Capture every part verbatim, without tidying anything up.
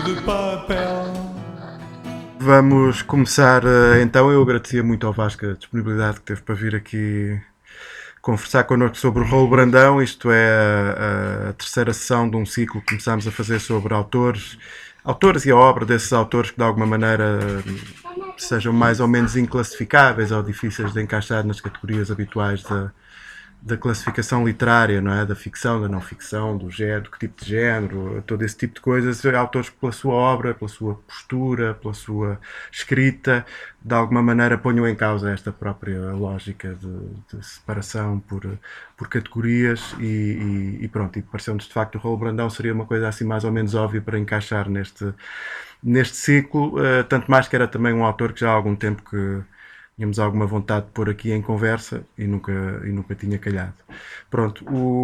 de papel. Vamos começar, eh, então. Eu agradecia muito ao Vasco a disponibilidade que teve para vir aqui conversar connosco sobre o Raul Brandão. Isto é a, a terceira sessão de um ciclo que começámos a fazer sobre autores, autores e a obra desses autores que de alguma maneira sejam mais ou menos inclassificáveis ou difíceis de encaixar nas categorias habituais da, da classificação literária, não é? Da ficção, da não ficção, do género, do que tipo de género, todo esse tipo de coisas. Autores que pela sua obra, pela sua postura, pela sua escrita, de alguma maneira ponham em causa esta própria lógica de, de separação por, por categorias e, e, e pronto, e pareceu-nos de facto o Raul Brandão seria uma coisa assim mais ou menos óbvia para encaixar neste, neste ciclo, uh, tanto mais que era também um autor que já há algum tempo que tínhamos alguma vontade de pôr aqui em conversa e nunca, e nunca tinha calhado. Pronto,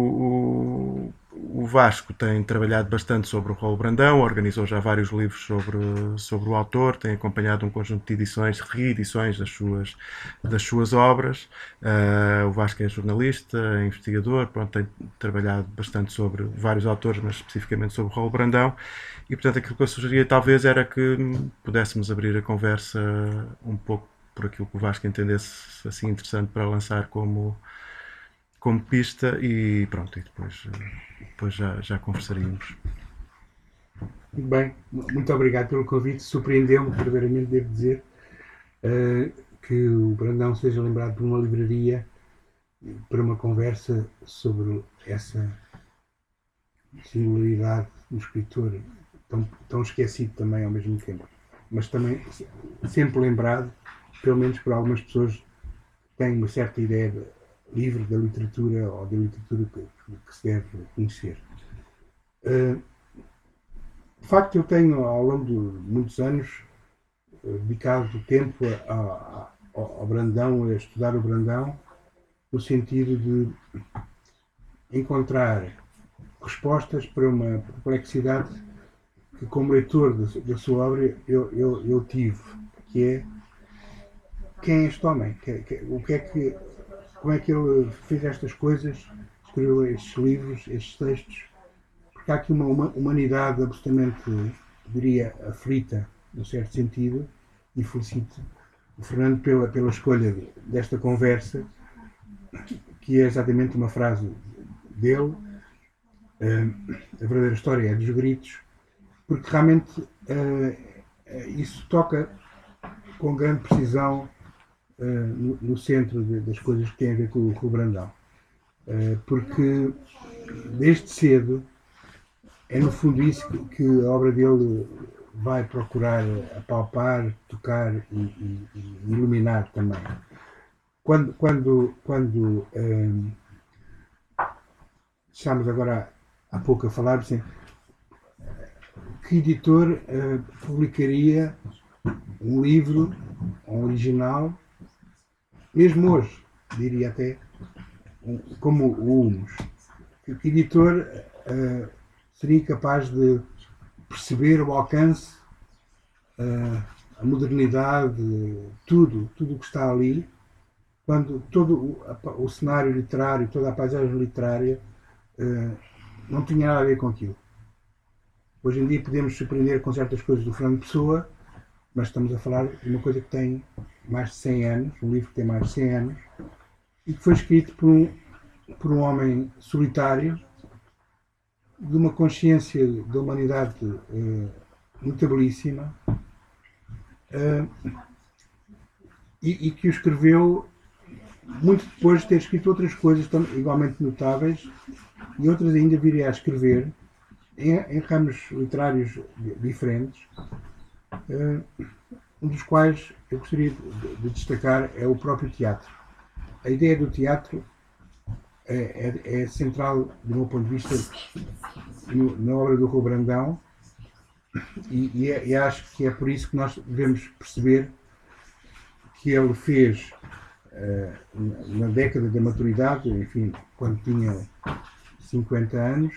o, o, o Vasco tem trabalhado bastante sobre o Raul Brandão, organizou já vários livros sobre, sobre o autor, tem acompanhado um conjunto de edições, reedições das suas, das suas obras. Uh, o Vasco é jornalista, é investigador, pronto, tem trabalhado bastante sobre vários autores, mas especificamente sobre o Raul Brandão. E portanto aquilo que eu sugeria talvez era que pudéssemos abrir a conversa um pouco por aquilo que o Vasco entendesse assim interessante para lançar como, como pista e pronto, e depois, depois já, já conversaríamos. Muito bem, muito obrigado pelo convite. Surpreendeu-me, verdadeiramente, devo dizer, uh, que o Brandão seja lembrado de uma livraria para uma conversa sobre essa singularidade do escritor, tão, tão esquecido também ao mesmo tempo, mas também sempre lembrado, pelo menos por algumas pessoas que têm uma certa ideia de, livre da literatura ou da literatura que, que se deve conhecer. Uh, de facto, eu tenho, ao longo de muitos anos, uh, dedicado tempo a, a, ao Brandão, a estudar o Brandão, no sentido de encontrar respostas para uma complexidade que, como leitor da, da sua obra, eu, eu, eu tive, que é quem é este homem? Que, que, o que é que, como é que ele fez estas coisas, escreveu estes livros, estes textos? Porque há aqui uma, uma humanidade absolutamente, diria, aflita, num certo sentido, e felicito o Fernando pela, pela escolha desta conversa, que é exatamente uma frase dele, uh, a verdadeira história é dos gritos, porque realmente uh, isso toca com grande precisão Uh, no, no centro de, das coisas que têm a ver com, com o Brandão. Uh, porque desde cedo é no fundo isso que, que a obra dele vai procurar apalpar, tocar e, e, e iluminar também. Quando, quando, quando um, estamos agora há pouco a falar assim, que editor uh, publicaria um livro, um original, mesmo hoje, diria até, como o Humus, que o editor uh, seria capaz de perceber o alcance, uh, a modernidade, tudo, tudo o que está ali, quando todo o, a, o cenário literário, toda a paisagem literária uh, não tinha nada a ver com aquilo. Hoje em dia podemos surpreender com certas coisas do Fernando Pessoa, mas estamos a falar de uma coisa que tem mais de cem anos, um livro que tem mais de cem anos, e que foi escrito por um, por um homem solitário, de uma consciência da humanidade uh, notabilíssima, uh, e, e que o escreveu muito depois de ter escrito outras coisas também, igualmente notáveis, e outras ainda viria a escrever em, em ramos literários diferentes, uh, um dos quais eu gostaria de, de destacar é o próprio teatro. A ideia do teatro é, é, é central, do meu ponto de vista, no, na obra do Raul Brandão, e, e, é, e acho que é por isso que nós devemos perceber que ele fez uh, na década da maturidade, enfim, quando tinha cinquenta anos,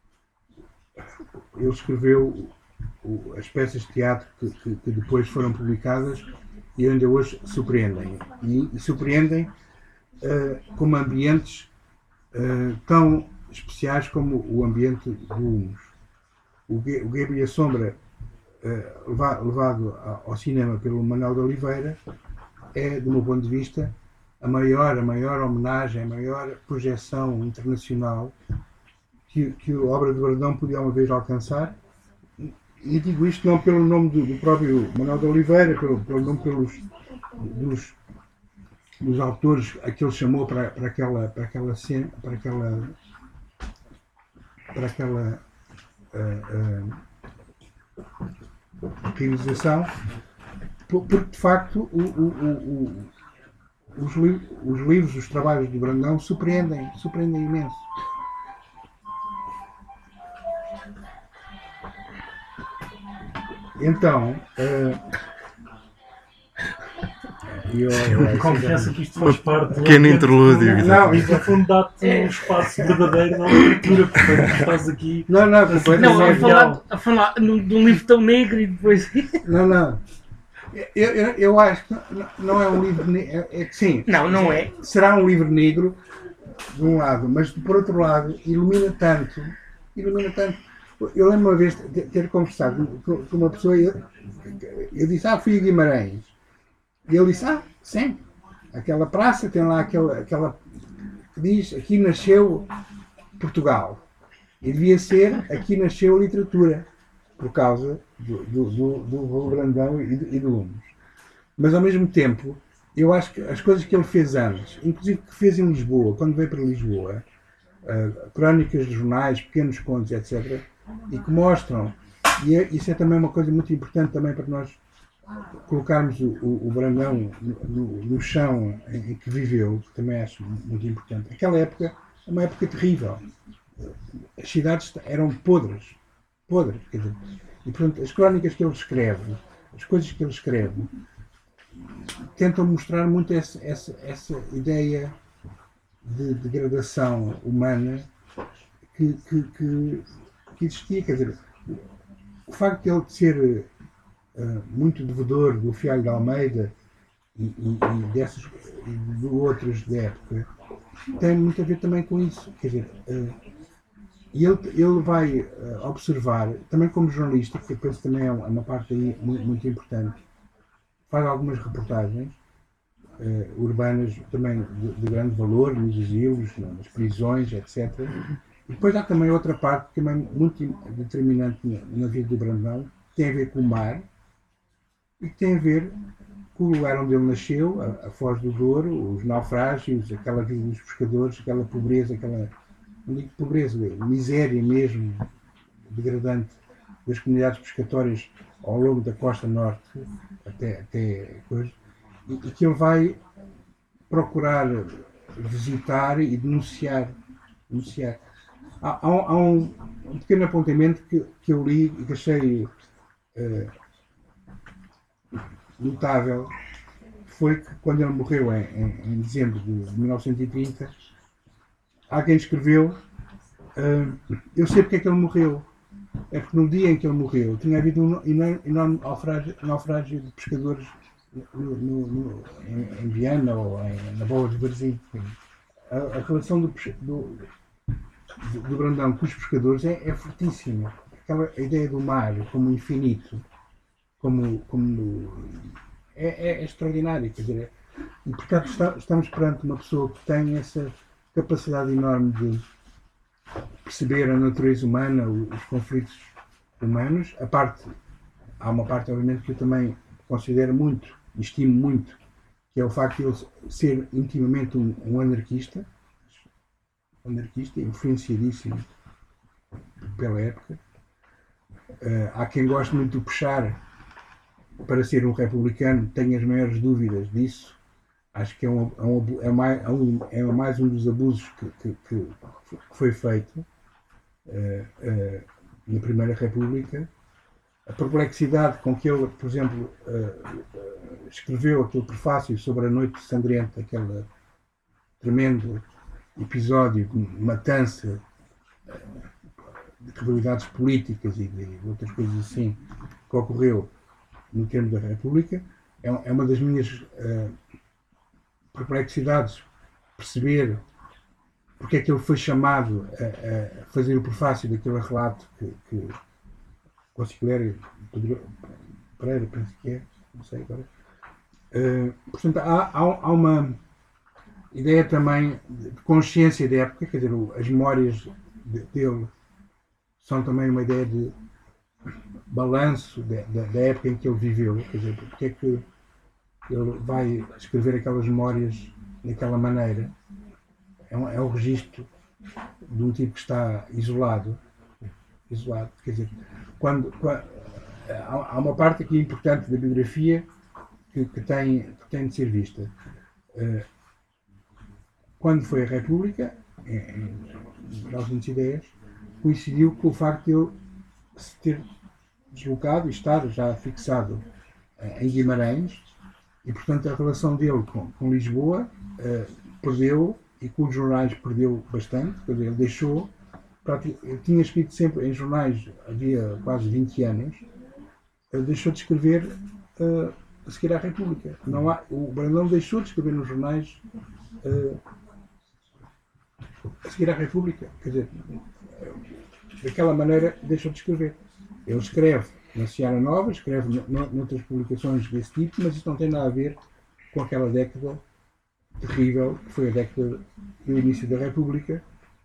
ele escreveu as peças de teatro que, que, que depois foram publicadas e ainda hoje surpreendem. E, e surpreendem uh, como ambientes uh, tão especiais como o ambiente do Humus. O Guebre e a Sombra uh, levado ao cinema pelo Manuel de Oliveira, é, do meu ponto de vista, a maior, a maior homenagem, a maior projeção internacional que, que a obra de Brandão podia uma vez alcançar. E digo isto não pelo nome do, do próprio Manuel de Oliveira, pelo, pelo nome pelos, dos, dos autores a que ele chamou para, para aquela, para aquela cena, para aquela, para aquela uh, uh, realização, porque de facto o, o, o, os, li os livros, os trabalhos do Brandão surpreendem, surpreendem imenso. Então, uh, eu, eu confesso que isto faz parte do pequeno interlúdio. Não, isto é fundo dá-te um espaço verdadeiro na literatura, portanto estás aqui. Não, não, assim, não a, falar, a falar de um livro tão negro e depois. Não, não. Eu, eu, eu acho que não é um livro negro. É, é que sim. Não, não é. Será um livro negro, de um lado, mas por outro lado, ilumina tanto. Ilumina tanto. Eu lembro uma vez de ter conversado com uma pessoa, eu, eu disse, ah, fui a Guimarães. E ele disse, ah, sim, aquela praça tem lá aquela, aquela que diz, aqui nasceu Portugal. E devia ser, aqui nasceu a literatura, por causa do, do, do, do Brandão e do, e do Lumos. Mas ao mesmo tempo, eu acho que as coisas que ele fez antes, inclusive que fez em Lisboa, quando veio para Lisboa, uh, crónicas de jornais, pequenos contos, etcétera, e que mostram, e é, isso é também uma coisa muito importante também para nós colocarmos o, o, o Brandão no, no, no chão em, em que viveu, que também acho muito importante. Aquela época é uma época terrível. As cidades eram podres, podres, quer dizer, e portanto as crónicas que ele escreve, as coisas que ele escreve, tentam mostrar muito essa, essa, essa ideia de degradação humana que, que, que que existia, quer dizer, o facto de ele ser uh, muito devedor do Fialho de Almeida e, e, e, dessas, e de outros da época tem muito a ver também com isso, quer dizer, uh, e ele, ele vai uh, observar, também como jornalista, que eu penso também é uma parte aí muito, muito importante, faz algumas reportagens uh, urbanas também de, de grande valor, nos asilos, nas prisões, etcétera. E depois há também outra parte que é muito determinante na vida do Brandão, que tem a ver com o mar e que tem a ver com o lugar onde ele nasceu, a, a Foz do Douro, os naufrágios, aquela vida dos pescadores, aquela pobreza, aquela, não digo pobreza, miséria mesmo, degradante das comunidades pescatórias ao longo da costa norte, até, até coisa, e, e que ele vai procurar visitar e denunciar. denunciar. Há, há, há um, um pequeno apontamento que, que eu li e que achei uh, notável, foi que quando ele morreu em, em, em dezembro de mil novecentos e trinta, há quem escreveu, uh, eu sei porque é que ele morreu. É porque no dia em que ele morreu tinha havido um enorme naufrágio, naufrágio de pescadores no, no, no, em, em Viana ou em, na Boa de Varzim. A, a relação do, do do Brandão com os pescadores é, é fortíssima. Aquela ideia do mar como infinito, como, como é, é, é extraordinária. Quer dizer, é, e portanto está, estamos perante uma pessoa que tem essa capacidade enorme de perceber a natureza humana, os conflitos humanos. A parte, há uma parte obviamente que eu também considero muito, estimo muito, que é o facto de ele ser intimamente um, um anarquista, anarquista, influenciadíssimo pela época. Uh, há quem goste muito de puxar para ser um republicano, tenho as maiores dúvidas disso. Acho que é, um, é, um, é, mais, é, um, é mais um dos abusos que, que, que foi feito uh, uh, na Primeira República. A perplexidade com que ele, por exemplo, uh, uh, escreveu aquele prefácio sobre a Noite Sangrenta, aquele tremendo episódio de matança, de rivalidades políticas e de outras coisas assim, que ocorreu no tempo da República, é, é uma das minhas uh, perplexidades, perceber porque é que ele foi chamado a, a fazer o prefácio daquele relato que, que Consigliere Pereira, penso que é, não sei agora. Uh, portanto, há, há, há uma ideia também de consciência da época, quer dizer, as memórias de, dele são também uma ideia de balanço de, de, da época em que ele viveu, quer dizer, porque é que ele vai escrever aquelas memórias daquela maneira. É um, é um registro de um tipo que está isolado, isolado, quer dizer, quando, quando há, há uma parte aqui importante da biografia que, que, tem, que tem de ser vista. Uh, quando foi a República, em, em mil novecentos e dez, coincidiu com o facto de ele se ter deslocado e estar já fixado uh, em Guimarães, e portanto a relação dele com, com Lisboa uh, perdeu, e com os jornais perdeu bastante. Quer dizer, ele deixou, ele tinha escrito sempre em jornais havia quase vinte anos, ele deixou de escrever uh, a seguir à República. Não há, o Brandão deixou de escrever nos jornais uh, a seguir à República. Quer dizer, daquela maneira deixou de escrever. Ele escreve na Seara Nova, escreve noutras publicações desse tipo, mas isso não tem nada a ver com aquela década terrível que foi a década do início da República,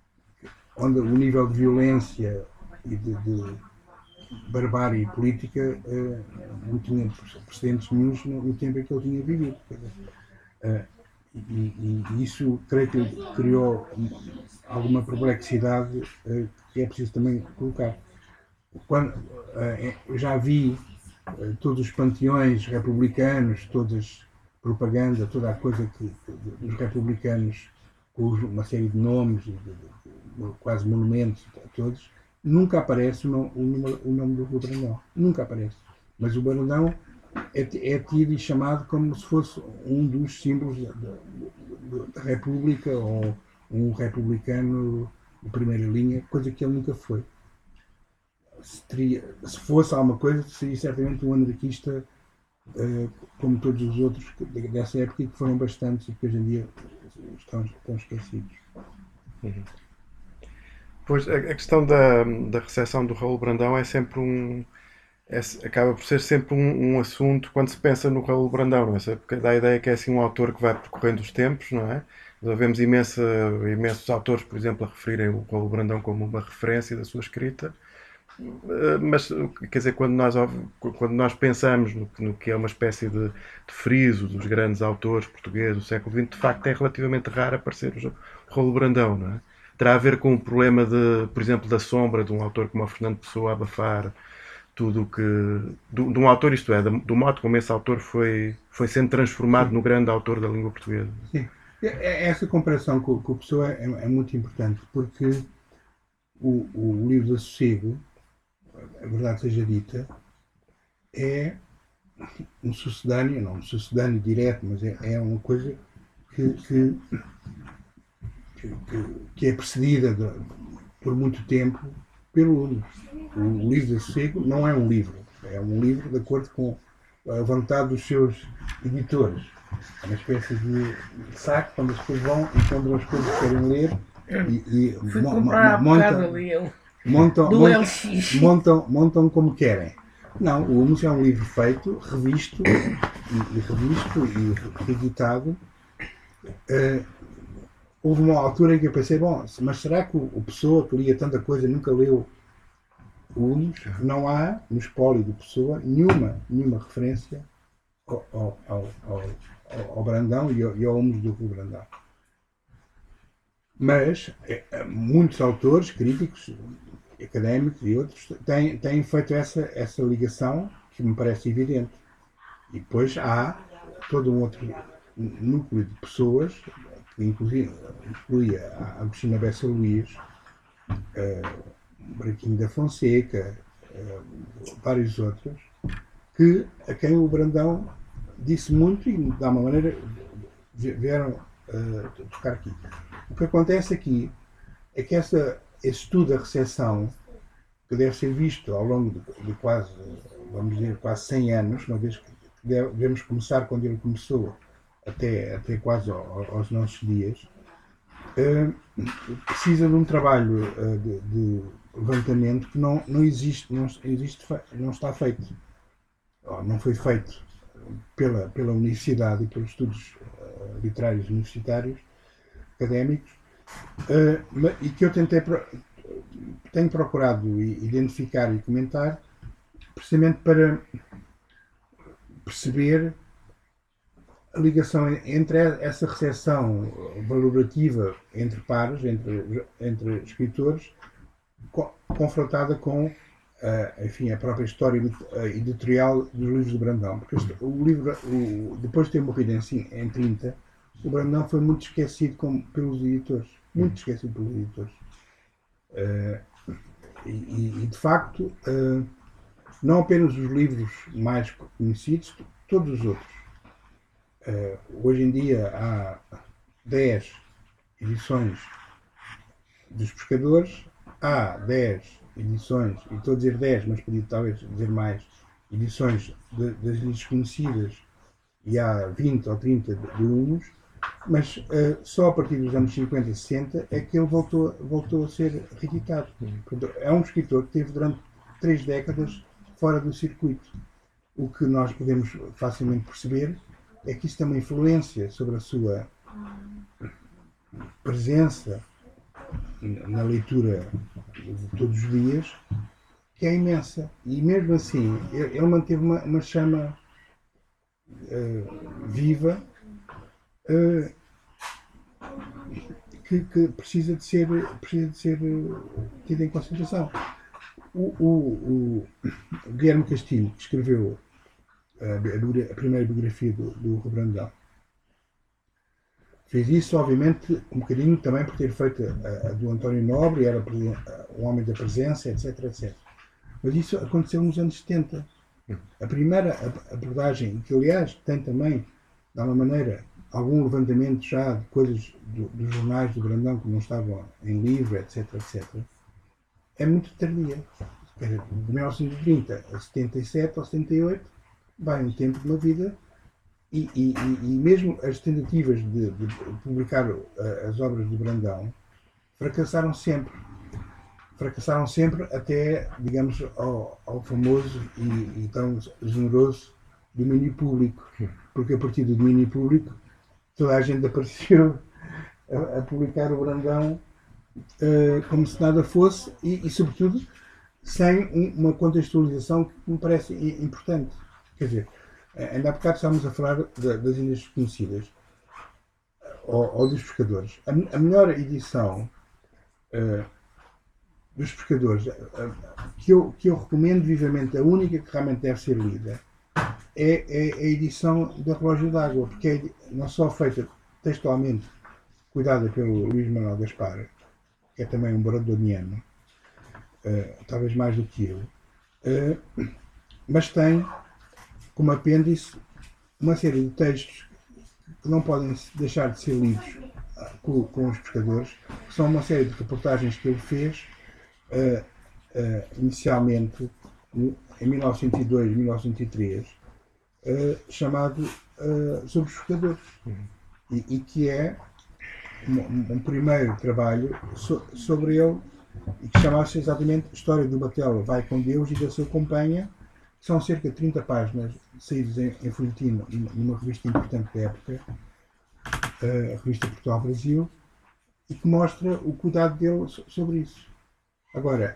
onde o nível de violência e de, de barbárie política uh, não tinha precedentes nenhums no, no tempo em que ele tinha vivido. Uh, e, e, e isso, creio que criou alguma perplexidade uh, que é preciso também colocar. Quando, uh, eu já vi uh, todos os panteões republicanos, todas propaganda, toda a coisa que, que dos republicanos, com uma série de nomes, de, de, de, quase monumentos a todos, nunca aparece o, o, o nome do Brandão. Nunca aparece. Mas o Brandão é, é tido e chamado como se fosse um dos símbolos da, da, da República, ou um republicano de primeira linha, coisa que ele nunca foi. Se, teria, se fosse alguma coisa, seria certamente um anarquista, Uh, como todos os outros dessa época, que foram bastantes e que hoje em dia estão, estão esquecidos. Uhum. Pois a, a questão da, da recepção do Raul Brandão é sempre um. É, acaba por ser sempre um, um assunto quando se pensa no Raul Brandão, não é? Porque dá a ideia que é assim um autor que vai percorrendo os tempos, não é? Nós vemos imensa, imensos autores, por exemplo, a referirem o Raul Brandão como uma referência da sua escrita. Mas, quer dizer, quando nós, quando nós pensamos no, no que é uma espécie de, de friso dos grandes autores portugueses do século vinte, de facto é relativamente raro aparecer o Raul Brandão, não é? Terá a ver com o problema, de, por exemplo, da sombra de um autor como o Fernando Pessoa abafar tudo o que... De, de um autor, isto é, do modo como esse autor foi, foi sendo transformado Sim. no grande autor da língua portuguesa. Sim. Essa comparação com, com o Pessoa é, é muito importante, porque o, o livro do Sossego, a verdade seja dita, é um sucedâneo, não um sucedâneo direto, mas é, é uma coisa que, que, que, que é precedida de, por muito tempo pelo Unos. O livro do Sossego não é um livro, é um livro de acordo com a vontade dos seus editores. É uma espécie de saco, quando as pessoas vão e encontram as coisas que querem ler e, e Fui mo, comprar mo, montam, ali eu. Montam, Do montam, L X. montam, montam como querem. Não, o Humus é um livro feito, revisto e, e revisto e reeditado. Uh, houve uma altura em que eu pensei, bom, mas será que o, o Pessoa, que lia tanta coisa, nunca leu o Humus? Não há no espólio do Pessoa nenhuma, nenhuma referência ao, ao, ao, ao, ao Brandão e ao, e ao Humus do Rio Brandão. Mas muitos autores, críticos, académicos e outros têm, têm feito essa, essa ligação que me parece evidente. E depois há todo um outro núcleo de pessoas, que inclui, inclui a Agostina Bessa Luís, uh, Braquinho da Fonseca, uh, vários outros, que, a quem o Brandão disse muito e, de alguma maneira, vieram uh, tocar aqui. O que acontece aqui é que essa, esse estudo da recepção, que deve ser visto ao longo de, de quase, vamos dizer, quase cem anos, uma vez que devemos começar quando ele começou, até, até quase ao, aos nossos dias, uh, precisa de um trabalho uh, de, de levantamento que não, não existe, não, existe, não está feito, ou não foi feito pela, pela universidade e pelos estudos uh, literários universitários, académicos, uh, e que eu tentei, pro, tenho procurado identificar e comentar, precisamente para perceber a ligação entre essa recepção valorativa entre pares, entre, entre escritores, confrontada com uh, enfim, a própria história editorial dos livros de Brandão. Porque este, o livro, o, depois de ter morrido em, em trinta, o Brandão foi muito esquecido como, pelos editores. Muito esquecido pelos editores. Uh, e, e, de facto, uh, não apenas os livros mais conhecidos, todos os outros. Uh, hoje em dia há dez edições dos Pescadores, há dez edições, e estou a dizer dez, mas podia talvez dizer mais, edições de, das listas conhecidas, e há vinte ou trinta de, de Hunos, mas uh, só a partir dos anos cinquenta e sessenta é que ele voltou, voltou a ser reeditado. Portanto, é um escritor que teve durante três décadas fora do circuito. O que nós podemos facilmente perceber é que isso tem uma influência sobre a sua presença na leitura de todos os dias, que é imensa. E mesmo assim, ele manteve uma, uma chama uh, viva uh, que, que precisa de ser, precisa de ser uh, tida em consideração. O, o, o Guilherme Castilho, que escreveu a, a primeira biografia do, do Rui Brandão, fez isso, obviamente, um bocadinho também por ter feito a, a do António Nobre, era um homem da presença, etc, etcétera. Mas isso aconteceu nos anos setenta. A primeira abordagem, que aliás tem também, de alguma maneira, algum levantamento já de coisas do, dos jornais do Brandão que não estavam em livro, etc, etcétera, é muito tardia. De mil novecentos e trinta a setenta e sete ou setenta e oito, vai um tempo de uma vida. E, e, e mesmo as tentativas de, de publicar uh, as obras do Brandão fracassaram sempre. Fracassaram sempre até, digamos, ao, ao famoso e, e tão generoso domínio público. Porque a partir do domínio público toda a gente apareceu a, a publicar o Brandão uh, como se nada fosse e, e sobretudo, sem um, uma contextualização que me parece importante. Quer dizer, ainda há bocado estávamos a falar de, das Ilhas Conhecidas ou, ou dos Pescadores. A, a melhor edição uh, dos Pescadores, uh, que, eu, que eu recomendo vivamente, a única que realmente deve ser lida, é, é a edição do Relógio d'Água, porque é não só feita textualmente, cuidada pelo Luís Manuel Gaspar, que é também um brandoniano, uh, talvez mais do que eu, uh, mas tem como apêndice uma série de textos que não podem deixar de ser lidos com, com os pescadores, que são uma série de reportagens que ele fez uh, uh, inicialmente em mil novecentos e dois, mil novecentos e três, uh, chamado uh, Sobre os Pescadores, e, e que é um, um primeiro trabalho so, sobre ele, e que chama-se exatamente História do Batel Vai com Deus e da sua companhia. São cerca de trinta páginas saídas em, em folhetim numa revista importante da época, a revista Portugal-Brasil, e que mostra o cuidado dele sobre isso. Agora,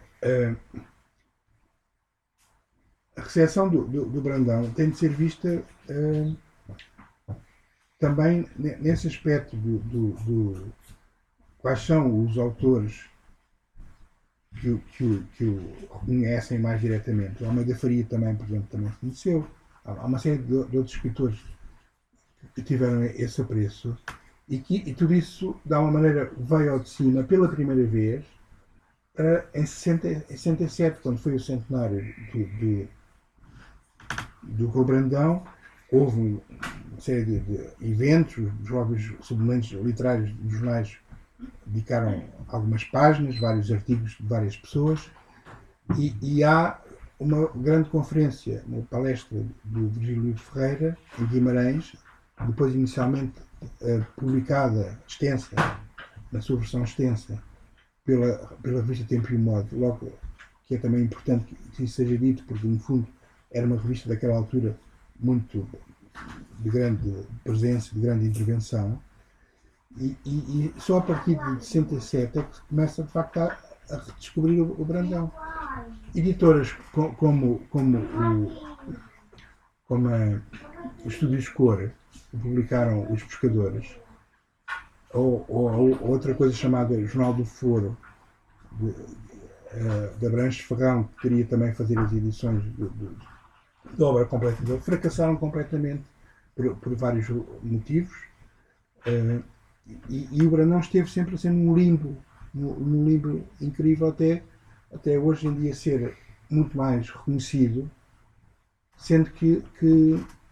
a recepção do, do, do Brandão tem de ser vista uh, também nesse aspecto do, do, do quais são os autores que o, que, o, que o reconhecem mais diretamente. O Almeida Faria também, por exemplo, também se conheceu. Há uma série de, de outros escritores que tiveram esse apreço e, que, e tudo isso, de alguma maneira, veio ao de cima pela primeira vez uh, em, sessenta, em sessenta e sete, quando foi o centenário de, de, do Rui Brandão. Houve uma série de, de eventos, os jovens suplementos literários dos jornais dedicaram algumas páginas, vários artigos de várias pessoas, e, e há uma grande conferência, uma palestra do Virgílio Ferreira, em Guimarães, depois inicialmente uh, publicada, extensa, na sua versão extensa, pela, pela revista Tempo e Modo, logo que é também importante que isso seja dito, porque no fundo era uma revista daquela altura muito de grande presença, de grande intervenção, e, e, e só a partir de sessenta e sete é que começa de facto a, a redescobrir o, o Brandão. Editoras co, como, como, o, como a, os Estúdios Cor, que publicaram Os Pescadores, ou, ou, ou outra coisa chamada Jornal do Foro, de, uh, de Abranches Ferrão, que queria também fazer as edições de, de, de obra completa dele, fracassaram completamente por, por vários motivos, uh, e, e o Brandão esteve sempre assim num limbo, num, num limbo incrível, até, até hoje em dia ser muito mais reconhecido, sendo que, que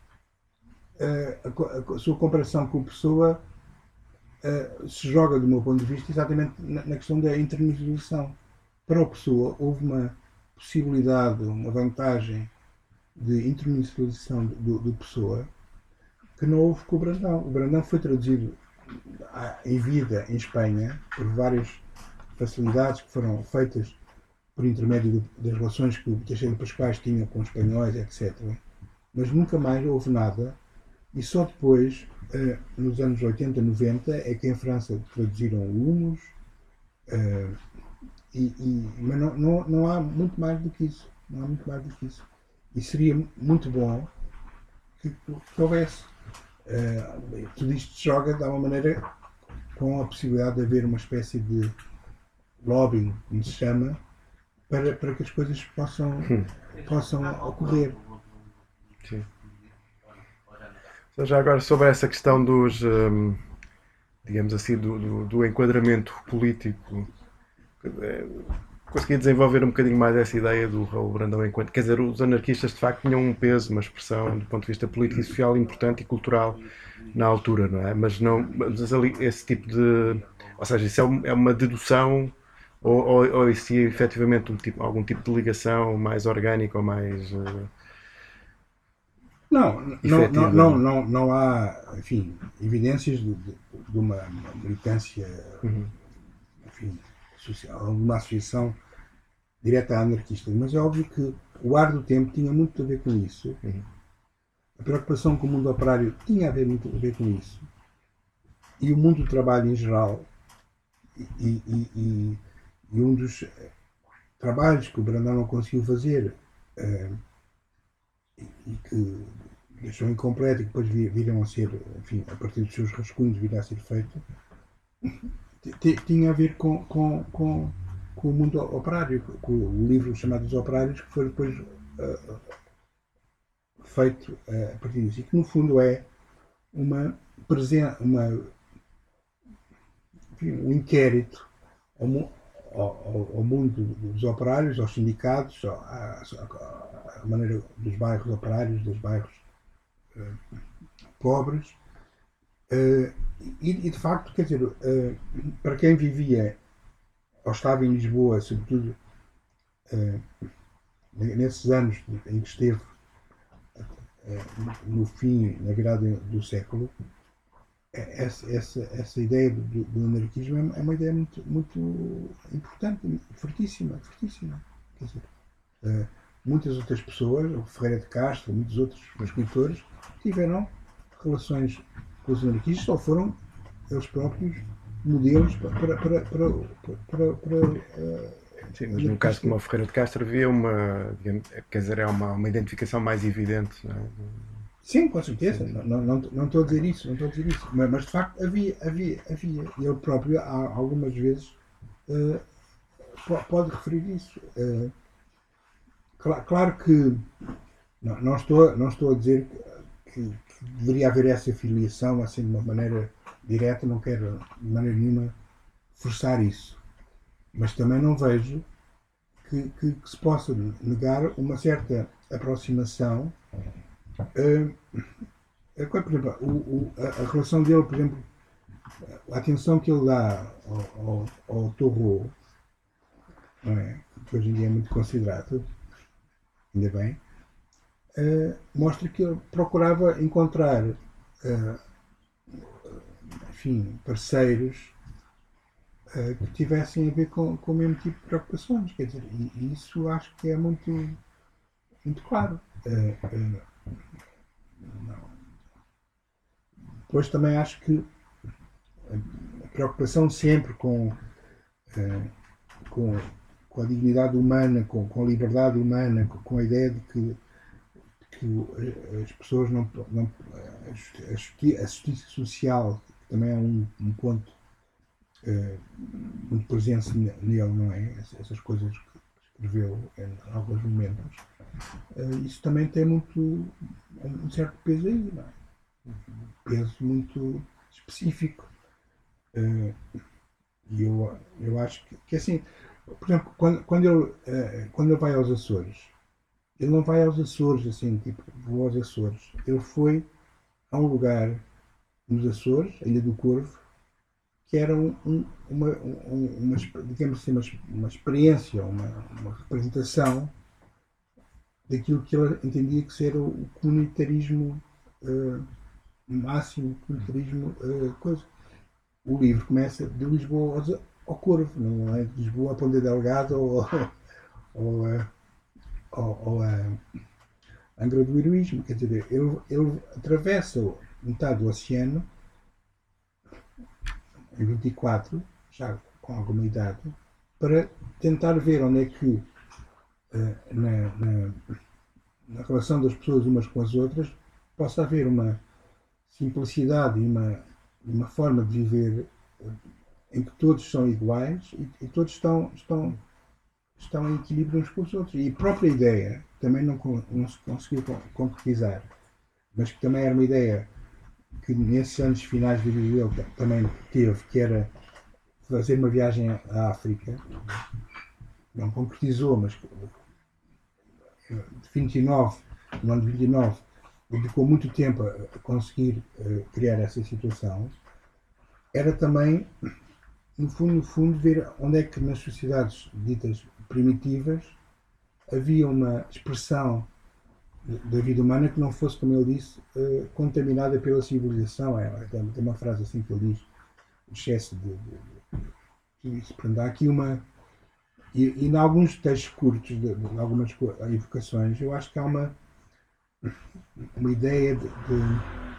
uh, a, a sua comparação com a Pessoa uh, se joga, do meu ponto de vista, exatamente na, na questão da internacionalização. Para a Pessoa houve uma possibilidade, uma vantagem de internacionalização do, do Pessoa que não houve com o Brandão. O Brandão foi traduzido em vida em Espanha por várias facilidades que foram feitas por intermédio do, das relações que o Teixeira Pascoais tinha com os espanhóis, etcétera. Mas nunca mais houve nada, e só depois, eh, nos anos oitenta, noventa, é que em França traduziram o Humus, eh, e, e, mas não, não, não há muito mais do que isso. Não há muito mais do que isso. E seria muito bom que, que houvesse. Uh, tudo isto se joga de uma maneira com a possibilidade de haver uma espécie de lobbying, como se chama, para, para que as coisas possam, hum. possam ocorrer. Sim. Já agora sobre essa questão dos, um, digamos assim, do, do, do enquadramento político, consegui desenvolver um bocadinho mais essa ideia do Raul Brandão enquanto, quer dizer, os anarquistas de facto tinham um peso, uma expressão do ponto de vista político e social importante e cultural na altura, não é? Mas não, mas ali, esse tipo de, ou seja, isso é uma dedução ou, ou, ou existia efetivamente um tipo, algum tipo de ligação mais orgânica ou mais uh, não, não, não, não, não, não há, enfim, evidências de, de, de uma, uma militância, uhum. enfim, social, uma associação direta a anarquistas, mas é óbvio que o Ar do Tempo tinha muito a ver com isso. Uhum. A preocupação com o mundo operário tinha a ver muito a ver com isso. E o mundo do trabalho em geral, e, e, e, e um dos trabalhos que o Brandão não conseguiu fazer, uh, e que deixou incompleto e que depois viram a ser, enfim, a partir dos seus rascunhos virá a ser feito, tinha a ver com, com, com, com o mundo operário, com o livro chamado Os Operários, que foi depois uh, feito uh, a partir disso, e que no fundo é uma presença, uma, enfim, um inquérito ao, ao, ao mundo dos operários, aos sindicatos, à, à maneira dos bairros operários, dos bairros uh, pobres. Uh, e, e de facto, quer dizer, uh, para quem vivia ou estava em Lisboa, sobretudo uh, nesses anos em que esteve uh, no fim, na virada do século, essa, essa, essa ideia do, do anarquismo é uma ideia muito, muito importante, fortíssima, fortíssima. Quer dizer, uh, muitas outras pessoas, o Ferreira de Castro, muitos outros escritores, tiveram relações com os anarquistas, ou foram eles próprios modelos para... para, para, para, para, para uh, Sim, mas no caso como o Ferreira de Castro havia uma, digamos, quer dizer, é uma, uma identificação mais evidente, não é? Sim, com certeza, sim. Não, não, não estou a dizer isso, não estou a dizer isso, mas, mas de facto havia, havia, havia, e ele próprio há, algumas vezes uh, pode referir isso. Uh, claro, claro que não, não, estou, não estou a dizer que, que deveria haver essa filiação assim de uma maneira direta, não quero de maneira nenhuma forçar isso, mas também não vejo que, que, que se possa negar uma certa aproximação. Uh, por exemplo, o, o, a, a relação dele, por exemplo, a atenção que ele dá ao, ao, ao Torro, não é? Que hoje em dia é muito considerado, ainda bem, uh, mostra que ele procurava encontrar uh, enfim, parceiros uh, que tivessem a ver com, com o mesmo tipo de preocupações. Quer dizer, e, e isso acho que é muito, muito claro. Uh, uh, não. Depois também acho que a preocupação sempre com, uh, com, com a dignidade humana, com, com a liberdade humana, com, com a ideia de que, que as pessoas não. não a, justiça, a justiça social também é um, um ponto uh, muito presente nele, não é? Essas coisas que escreveu em alguns momentos. Uh, isso também tem muito. Um certo peso aí, não é? Um peso muito específico. Uh, e eu, eu acho que, que assim, por exemplo, quando, quando, ele, uh, quando ele vai aos Açores, ele não vai aos Açores assim, tipo, vou aos Açores. Ele foi a um lugar nos Açores, a Ilha do Corvo, que era um, um, uma, um, uma, digamos assim, uma, uma experiência, uma, uma representação daquilo que ele entendia que ser o comunitarismo uh, máximo, o comunitarismo uh, coisa. O livro começa de Lisboa ao, ao Corvo, não é de Lisboa a Ponta Delgada ou, ou, ou, ou, ou a Angra do Heroísmo. Quer dizer, ele, ele atravessa metade do oceano em vinte e quatro, já com alguma idade, para tentar ver onde é que uh, na, na, na relação das pessoas umas com as outras possa haver uma simplicidade e uma, uma forma de viver uh, em que todos são iguais e, e todos estão, estão, estão em equilíbrio uns com os outros. E a própria ideia também não, não se conseguiu concretizar, mas que também era uma ideia que nesses anos finais da vida dele também teve, que era fazer uma viagem à África. Não concretizou, mas de vinte e nove, no ano de vinte e nove, dedicou muito tempo a conseguir uh, criar essa situação. Era também, no fundo, no fundo, ver onde é que nas sociedades ditas primitivas havia uma expressão da vida humana que não fosse, como ele disse, uh, contaminada pela civilização. É, tem, tem uma frase assim que ele diz, o excesso de... de, de portanto, há aqui uma... E, e em alguns textos curtos, de, de algumas evocações, eu acho que há uma, uma ideia de, de...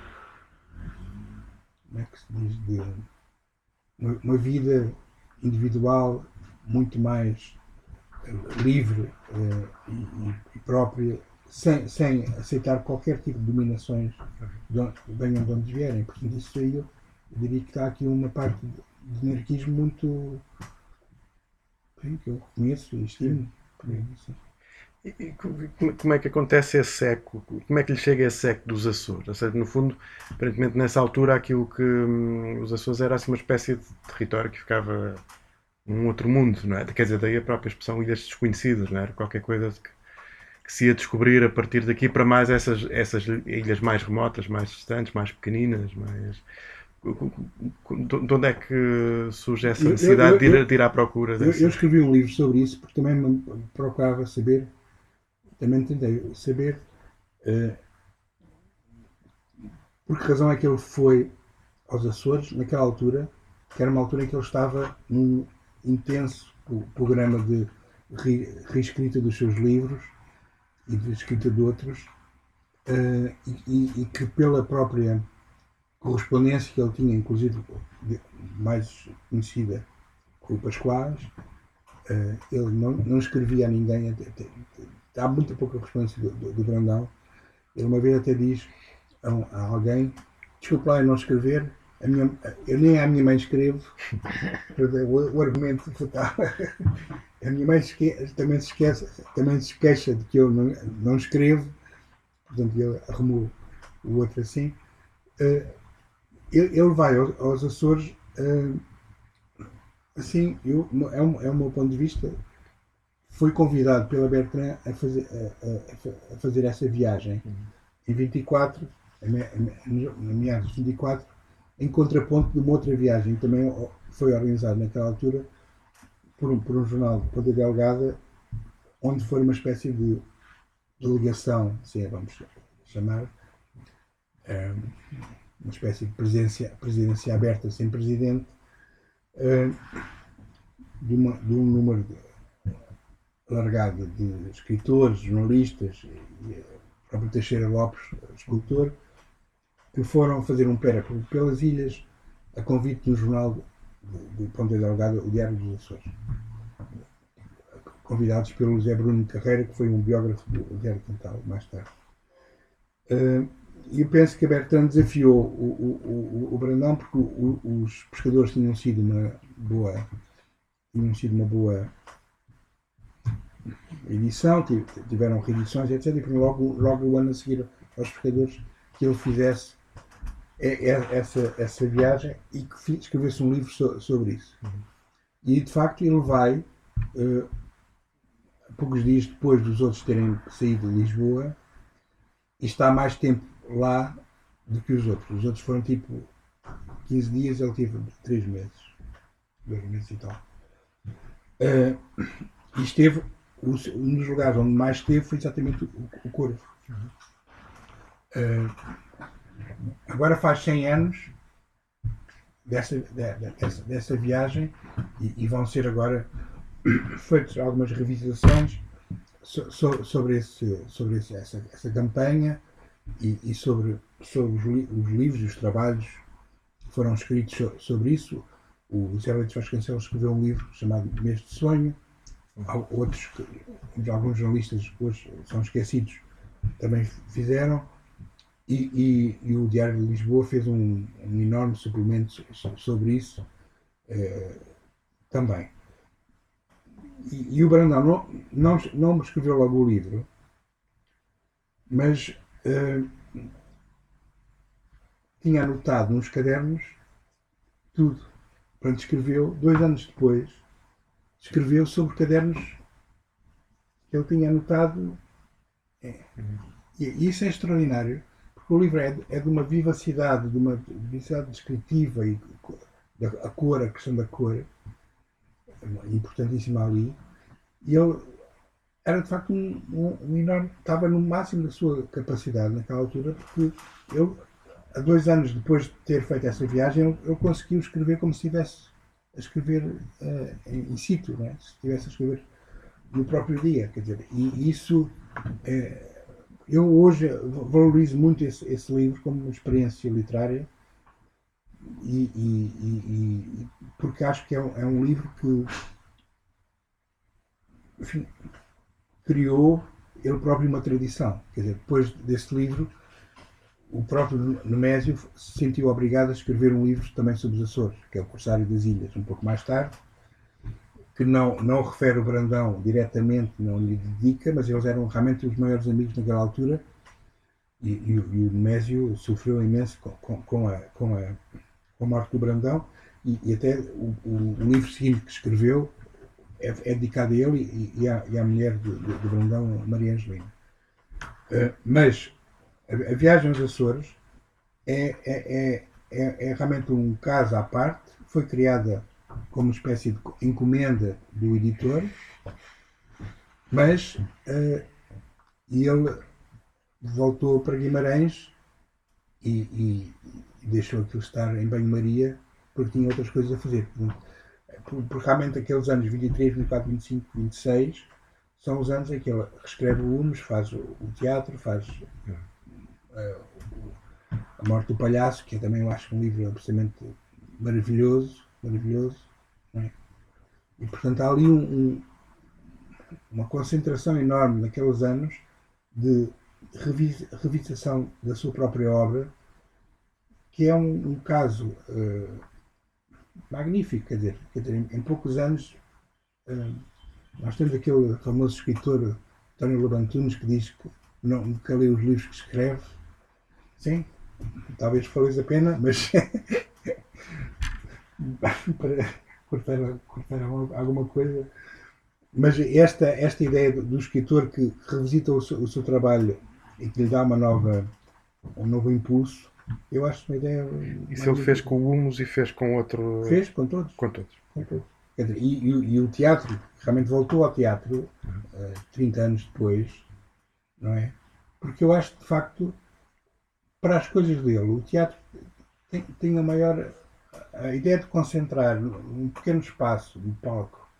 Como é que se diz? De uma, uma vida individual muito mais uh, livre uh, e, e própria, Sem, sem aceitar qualquer tipo de dominações de onde, venham de onde vierem. Portanto, isso aí eu, eu diria que está aqui uma parte de anarquismo muito bem, que eu reconheço e estimo. Assim. E, e como é que acontece esse eco? Como é que lhe chega esse eco dos Açores? Ou seja, no fundo, aparentemente nessa altura aquilo que hum, os Açores era assim uma espécie de território que ficava num outro mundo, não é? Quer dizer, daí a própria expressão ilhas desconhecidas, não é? Era qualquer coisa de que que se ia descobrir a partir daqui para mais essas, essas ilhas mais remotas, mais distantes, mais pequeninas, mais... De onde é que surge essa necessidade eu, eu, eu, de, ir, de ir à procura dessa? Eu, eu escrevi um livro sobre isso porque também me procurava saber, também tentei saber uh, por que razão é que ele foi aos Açores naquela altura, que era uma altura em que ele estava num intenso programa de reescrita dos seus livros e de escrita de outros, uh, e, e que pela própria correspondência que ele tinha, inclusive mais conhecida com o Pascoais, uh, ele não, não escrevia a ninguém, até, até, até, há muito pouca correspondência do, do, do Brandão. Ele uma vez até diz a, a alguém, desculpe lá eu não escrever, a minha, eu nem à minha mãe escrevo, o, o argumento fatal. A minha mãe também se, esquece, também se queixa de que eu não, não escrevo, portanto ele arrumou o outro assim. Uh, ele, ele vai aos, aos Açores, uh, assim, eu, é, um, é o meu ponto de vista, foi convidado pela Bertrand a fazer, a, a, a fazer essa viagem em vinte e quatro, em meados de vinte e quatro, em contraponto de uma outra viagem que também foi organizada naquela altura por um, por um jornal de Ponta Delgada, onde foi uma espécie de delegação, assim vamos chamar, um, uma espécie de presidência, presidência aberta sem presidente, um, de, uma, de um número de, alargado de escritores, jornalistas e o próprio Teixeira Lopes, escultor, que foram fazer um périplo pelas ilhas a convite do jornal de, de Ponta Delgada, o Diário dos Açores. Convidados pelo José Bruno Carreira, que foi um biógrafo do Diário Quintal, mais tarde. Uh, eu penso que a Bertrand desafiou o, o, o, o Brandão porque o, o, os pescadores tinham sido uma boa tinham sido uma boa edição, tiveram reedições, etcétera. E logo, logo o ano a seguir aos pescadores que ele fizesse essa, essa viagem e que escrevesse um livro so, sobre isso. Uhum. E de facto ele vai, uh, poucos dias depois dos outros terem saído de Lisboa, e está mais tempo lá do que os outros. Os outros foram tipo quinze dias, ele teve três meses, dois meses e tal. Uh, e esteve, um dos lugares onde mais esteve foi exatamente o, o Corvo. Uh, agora faz cem anos dessa, dessa, dessa viagem e, e vão ser agora feitas algumas revisitações so, so, sobre, esse, sobre esse, essa, essa campanha e, e sobre, sobre os, li, os livros e os trabalhos que foram escritos so, sobre isso. O Zé Leite Vasconcelos escreveu um livro chamado Mês de Sonho. Outros, alguns jornalistas hoje são esquecidos, também fizeram. E, e, e o Diário de Lisboa fez um, um enorme suplemento sobre isso eh, também. E, e o Brandão não, não, não escreveu logo o livro, mas eh, tinha anotado nos cadernos tudo. Portanto, escreveu, dois anos depois, escreveu sobre cadernos que ele tinha anotado. É. E isso é extraordinário. O livro é de, é de uma vivacidade, de uma vivacidade descritiva e da, a cor, a questão da cor, importantíssima ali. E ele era de facto um, um, um enorme, estava no máximo da sua capacidade naquela altura, porque ele, há dois anos depois de ter feito essa viagem, ele, ele conseguiu escrever como se estivesse a escrever uh, em, in situ, né? Se estivesse a escrever no próprio dia. Quer dizer, e isso. Uh, Eu hoje valorizo muito esse, esse livro como uma experiência literária e, e, e, e porque acho que é um, é um livro que, enfim, criou ele próprio uma tradição. Quer dizer, depois desse livro, o próprio Nemésio se sentiu obrigado a escrever um livro também sobre os Açores, que é o Corsário das Ilhas, um pouco mais tarde, que não, não refere o Brandão diretamente, não lhe dedica, mas eles eram realmente os maiores amigos naquela altura e, e, e o Nemésio sofreu imenso com, com, com, a, com, a, com a morte do Brandão e, e até o, o, o livro seguinte que escreveu é, é dedicado a ele e, e, à, e à mulher do, do, do Brandão, Maria Angelina. Uh, mas a, a viagem aos Açores é, é, é, é, é realmente um caso à parte, foi criada como uma espécie de encomenda do editor, mas uh, ele voltou para Guimarães e, e, e deixou aquilo estar em banho-maria porque tinha outras coisas a fazer. Porque realmente aqueles anos vinte e três, vinte e quatro, vinte e cinco, vinte e seis são os anos em que ele reescreve volumes, faz o, o teatro, faz uh, A Morte do Palhaço, que é também, eu acho, um livro absolutamente maravilhoso, maravilhoso, não é? E portanto há ali um, um, uma concentração enorme naqueles anos de revis, revisitação da sua própria obra, que é um, um caso uh, magnífico, quer dizer, quer dizer em, em poucos anos uh, nós temos aquele famoso escritor António Lobantunes que diz que não, nunca lê os livros que escreve. Sim, talvez valesse a pena, mas para cortar, cortar alguma coisa. Mas esta, esta ideia do escritor que revisita o seu, o seu trabalho e que lhe dá uma nova, um novo impulso, eu acho uma ideia. Isso ele fez com o Humus e fez com outro. Fez com todos. Com todos. Com todos. Quer dizer, e, e, e o teatro, realmente voltou ao teatro uh, trinta anos depois, não é? Porque eu acho de facto, para as coisas dele, o teatro tem, tem a maior. A ideia de concentrar num pequeno espaço, um palco,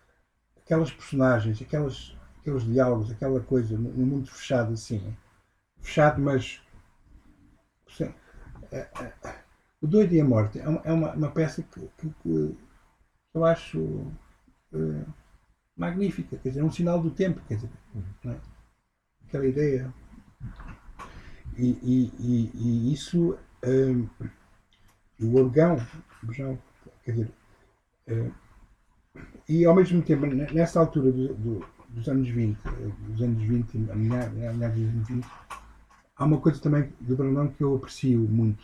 aquelas personagens, aquelas, aqueles diálogos, aquela coisa, no, no mundo fechado assim, fechado, mas sim, é, é, o Doido e a Morte é uma, é uma, uma peça que, que, que eu acho é, magnífica, quer dizer, é um sinal do tempo, quer dizer, não é? Aquela ideia. E, e, e, e isso, um, o orgão, quer dizer, um, e ao mesmo tempo, nessa altura do, do, dos anos vinte, dos anos vinte, a minha, a minha dos anos vinte, há uma coisa também do Brandão que eu aprecio muito.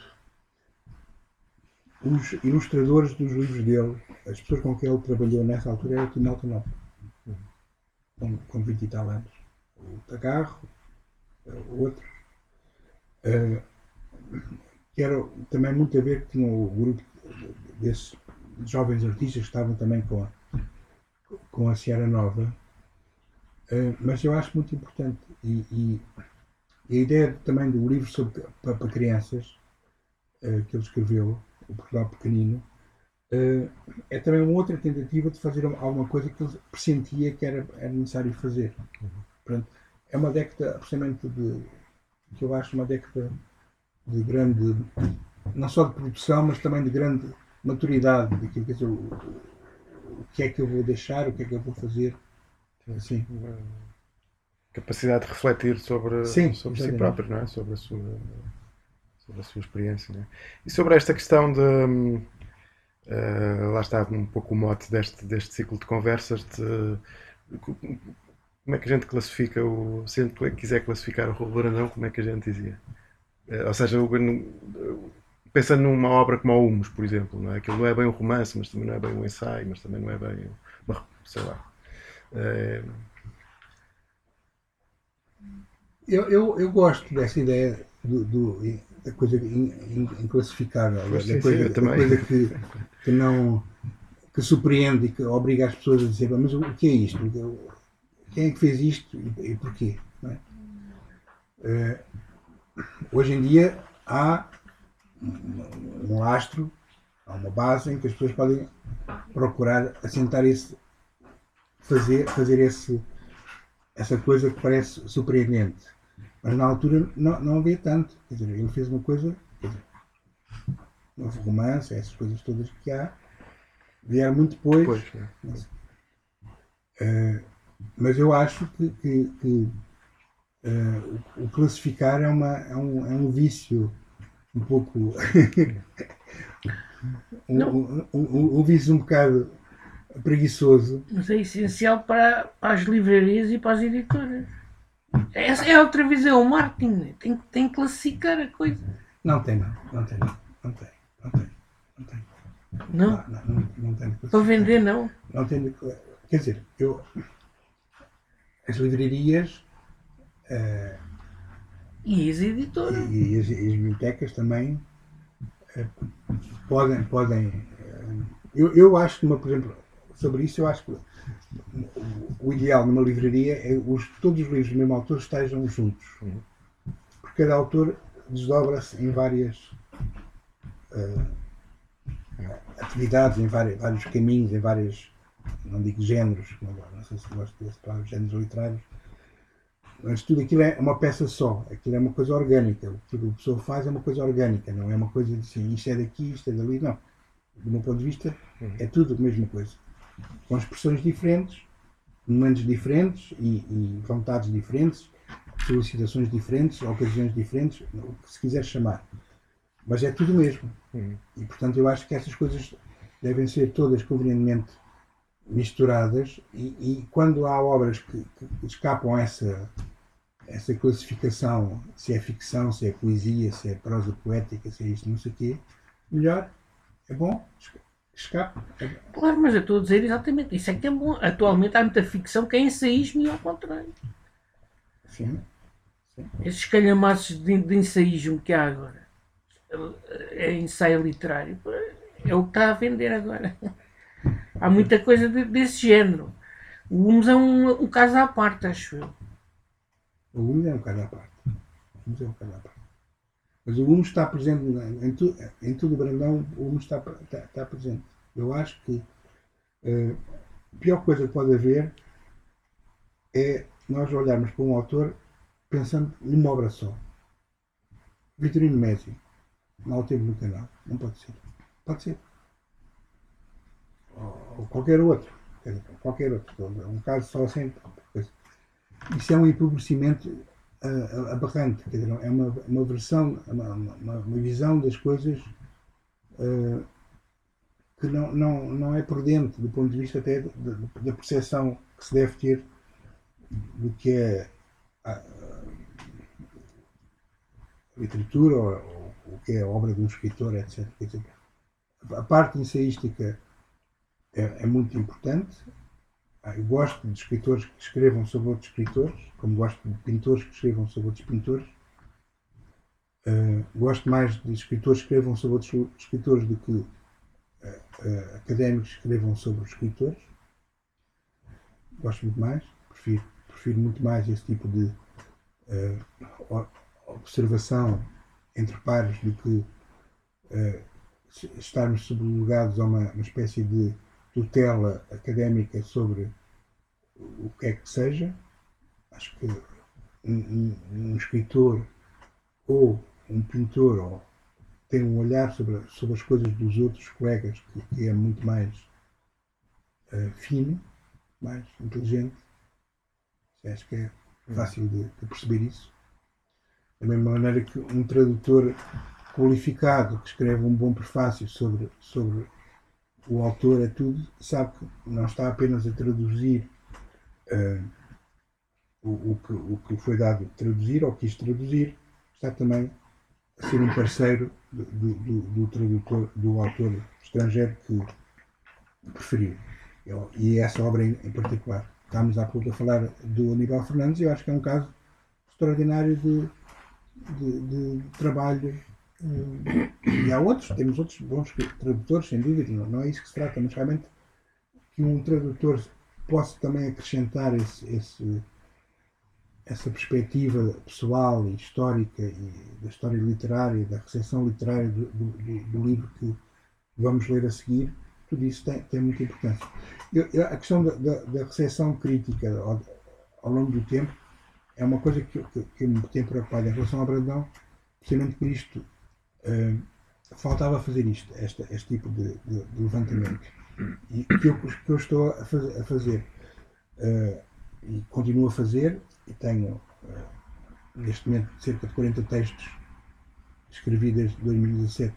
Os ilustradores dos livros dele, as pessoas com quem ele trabalhou nessa altura, era tudo malta nova, com, com vinte e tal anos. O Tagarro, outros, uh, que era também muito a ver com o grupo desses jovens artistas que estavam também com a, com a Sierra Nova, uh, mas eu acho muito importante. E, e, e a ideia também do livro sobre, para, para crianças, uh, que ele escreveu, o Portugal Pequenino, uh, é também uma outra tentativa de fazer alguma coisa que ele pressentia que era, era necessário fazer. Portanto, é uma década, precisamente, de, que eu acho uma década de grande, não só de produção, mas também de grande maturidade, de quer dizer, o, o que é que eu vou deixar, o que é que eu vou fazer. Assim. Capacidade de refletir sobre, Sim, sobre si próprio, não é? Sobre a sua, sobre a sua experiência. Não é? E sobre esta questão de. Uh, lá está um pouco o mote deste, deste ciclo de conversas. De, como é que a gente classifica o. Se a gente quiser classificar o Raul Brandão, como é que a gente dizia? Uh, ou seja, pensando numa obra como o Humus, por exemplo, não é? Aquilo não é bem um romance, mas também não é bem um ensaio, mas também não é bem uma, sei lá. Uh... Eu, eu, eu gosto dessa ideia do, do, da coisa inclassificável, da coisa, da coisa que, que não que surpreende e que obriga as pessoas a dizer, mas o que é isto? Quem é que fez isto e, e porquê? Não é? Uh, hoje em dia há um lastro, há uma base em que as pessoas podem procurar assentar esse, fazer, fazer esse, essa coisa que parece surpreendente. Mas na altura não, não havia tanto. Quer dizer, ele fez uma coisa, quer dizer, um romance, essas coisas todas que há, vieram muito depois. Pois, mas, uh, mas eu acho que, que, que uh, o, o classificar é, uma, é, um, é um vício um pouco um, um, um, um vício um bocado preguiçoso. Mas é essencial para, para as livrarias e para as editoras. Essa é outra vez, é o marketing. Tem, tem que classificar a coisa. Não tem, não. Não tem, não. Não tem. Não tem. Não tem. Não? Não, não, não, não tem Para vender, não? Não tem. Quer dizer, eu. As livrarias. Uh, e as editoras. E, e, as, e as bibliotecas também uh, podem. podem uh, eu, eu acho que, uma, por exemplo, sobre isso, eu acho que o ideal numa livraria é os, todos os livros do mesmo autor estejam juntos. Porque cada autor desdobra-se em várias uh, atividades, em vários, vários caminhos, em vários, não digo géneros, não sei se gosto desse palavra, géneros literários, mas tudo aquilo é uma peça só, aquilo é uma coisa orgânica. O que a pessoa faz é uma coisa orgânica, não é uma coisa de assim, isto é daqui, isto é dali, não. Do meu ponto de vista, é tudo a mesma coisa. Com expressões diferentes, momentos diferentes e, e vontades diferentes, solicitações diferentes, ocasiões diferentes, o que se quiser chamar. Mas é tudo mesmo. Uhum. E, portanto, eu acho que essas coisas devem ser todas convenientemente misturadas e, e quando há obras que, que escapam a essa, essa classificação, se é ficção, se é poesia, se é prosa poética, se é isto, não sei o quê, melhor, é bom, escapa. Claro, mas eu estou a dizer exatamente isso é que é bom. Atualmente há muita ficção que é ensaísmo e ao contrário. Sim. Sim. Esses calhamaços de, de ensaísmo que há agora, é ensaio literário, é o que está a vender agora. Há muita coisa de, desse género. O Humus é um, um caso à parte, acho eu. O Humus é um caso à parte. O Humus é um caso à parte. Mas o Humus está presente em, em, tu, em tudo o Brandão, o Humus está, está, está presente. Eu acho que uh, A pior coisa que pode haver é nós olharmos para um autor pensando numa obra só. Vitorino Messi, Mau Tempo no Canal. Não pode ser. Pode ser. Ou, ou qualquer outro. Qualquer outro. Um caso só assim. Isso é um empobrecimento uh, aberrante. Quer dizer, é uma, uma versão, uma, uma, uma visão das coisas uh, que não, não, não é prudente do ponto de vista até da percepção que se deve ter do que é a, a literatura ou, ou o que é a obra de um escritor, etcétera. Quer dizer, a parte ensaística é, é muito importante. Eu gosto de escritores que escrevam sobre outros escritores, como gosto de pintores que escrevam sobre outros pintores. Uh, gosto mais de escritores que escrevam sobre outros escritores do que uh, uh, académicos que escrevam sobre os escritores. Gosto muito mais, prefiro, prefiro muito mais esse tipo de uh, observação entre pares do que uh, estarmos subjugados a uma, uma espécie de tutela académica sobre o que é que seja. Acho que um, um, um escritor ou um pintor ou, tem um olhar sobre, sobre as coisas dos outros colegas que, que é muito mais uh, fino, mais inteligente. Acho que é fácil de, de perceber isso. Da mesma maneira que um tradutor qualificado que escreve um bom prefácio sobre, sobre o autor é tudo, sabe que não está apenas a traduzir uh, o, o, que, o que foi dado a traduzir ou quis traduzir, está também a ser um parceiro do, do, do tradutor, do autor estrangeiro que preferiu. Eu, e essa obra em, em particular. Estávamos há pouco a falar do Aníbal Fernandes e eu acho que é um caso extraordinário de, de, de trabalho. E há outros, temos outros bons tradutores, sem dúvida, não, não é isso que se trata, mas realmente que um tradutor possa também acrescentar esse, esse, essa perspectiva pessoal e histórica e da história literária, da recepção literária do, do, do livro que vamos ler a seguir, tudo isso tem, tem muita importância. Eu, eu, a questão da, da, da recepção crítica ao, ao longo do tempo é uma coisa que, que, que me tem preocupado em relação ao Brandão, precisamente por isto. Uh, faltava fazer isto, este, este tipo de, de, de levantamento e que eu, que eu estou a, faz, a fazer uh, e continuo a fazer e tenho uh, neste momento cerca de quarenta textos escrevi desde dois mil e dezassete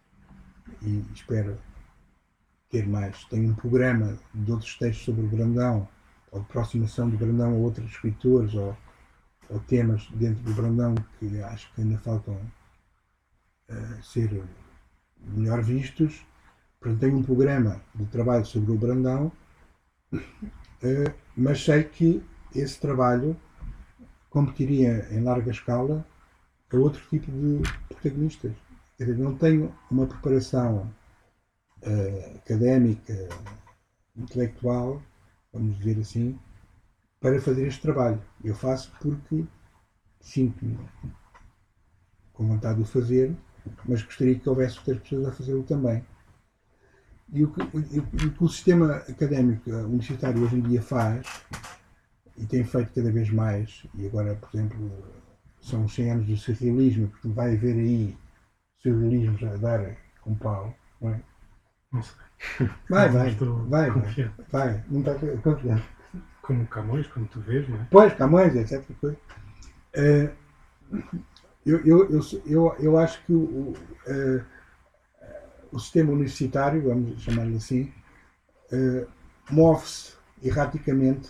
e espero ter mais. Tenho um programa de outros textos sobre o Brandão ou de aproximação do Brandão a outros escritores ou, ou temas dentro do Brandão que acho que ainda faltam Uh, ser melhor vistos. Portanto, tenho um programa de trabalho sobre o Brandão, uh, mas sei que esse trabalho competiria em larga escala a outro tipo de protagonistas. Quer dizer, não tenho uma preparação uh, académica, intelectual, vamos dizer assim, para fazer este trabalho. Eu faço porque sinto-me com vontade de o fazer, mas gostaria que houvesse outras pessoas a fazê-lo também. E o, que, e o que o sistema académico universitário hoje em dia faz, e tem feito cada vez mais, e agora, por exemplo, são os cem anos do surrealismo, porque vai haver aí surrealismo a dar com pau, não é? Não sei. Vai, Não vai, estou vai, vai, confiante. vai, não está confiante. Como Camões, como tu vês, não é? Pois, Camões, etcétera. Coisa. Uh, Eu, eu, eu, eu, eu acho que o, uh, o sistema universitário, vamos chamar-lhe assim, uh, move-se erraticamente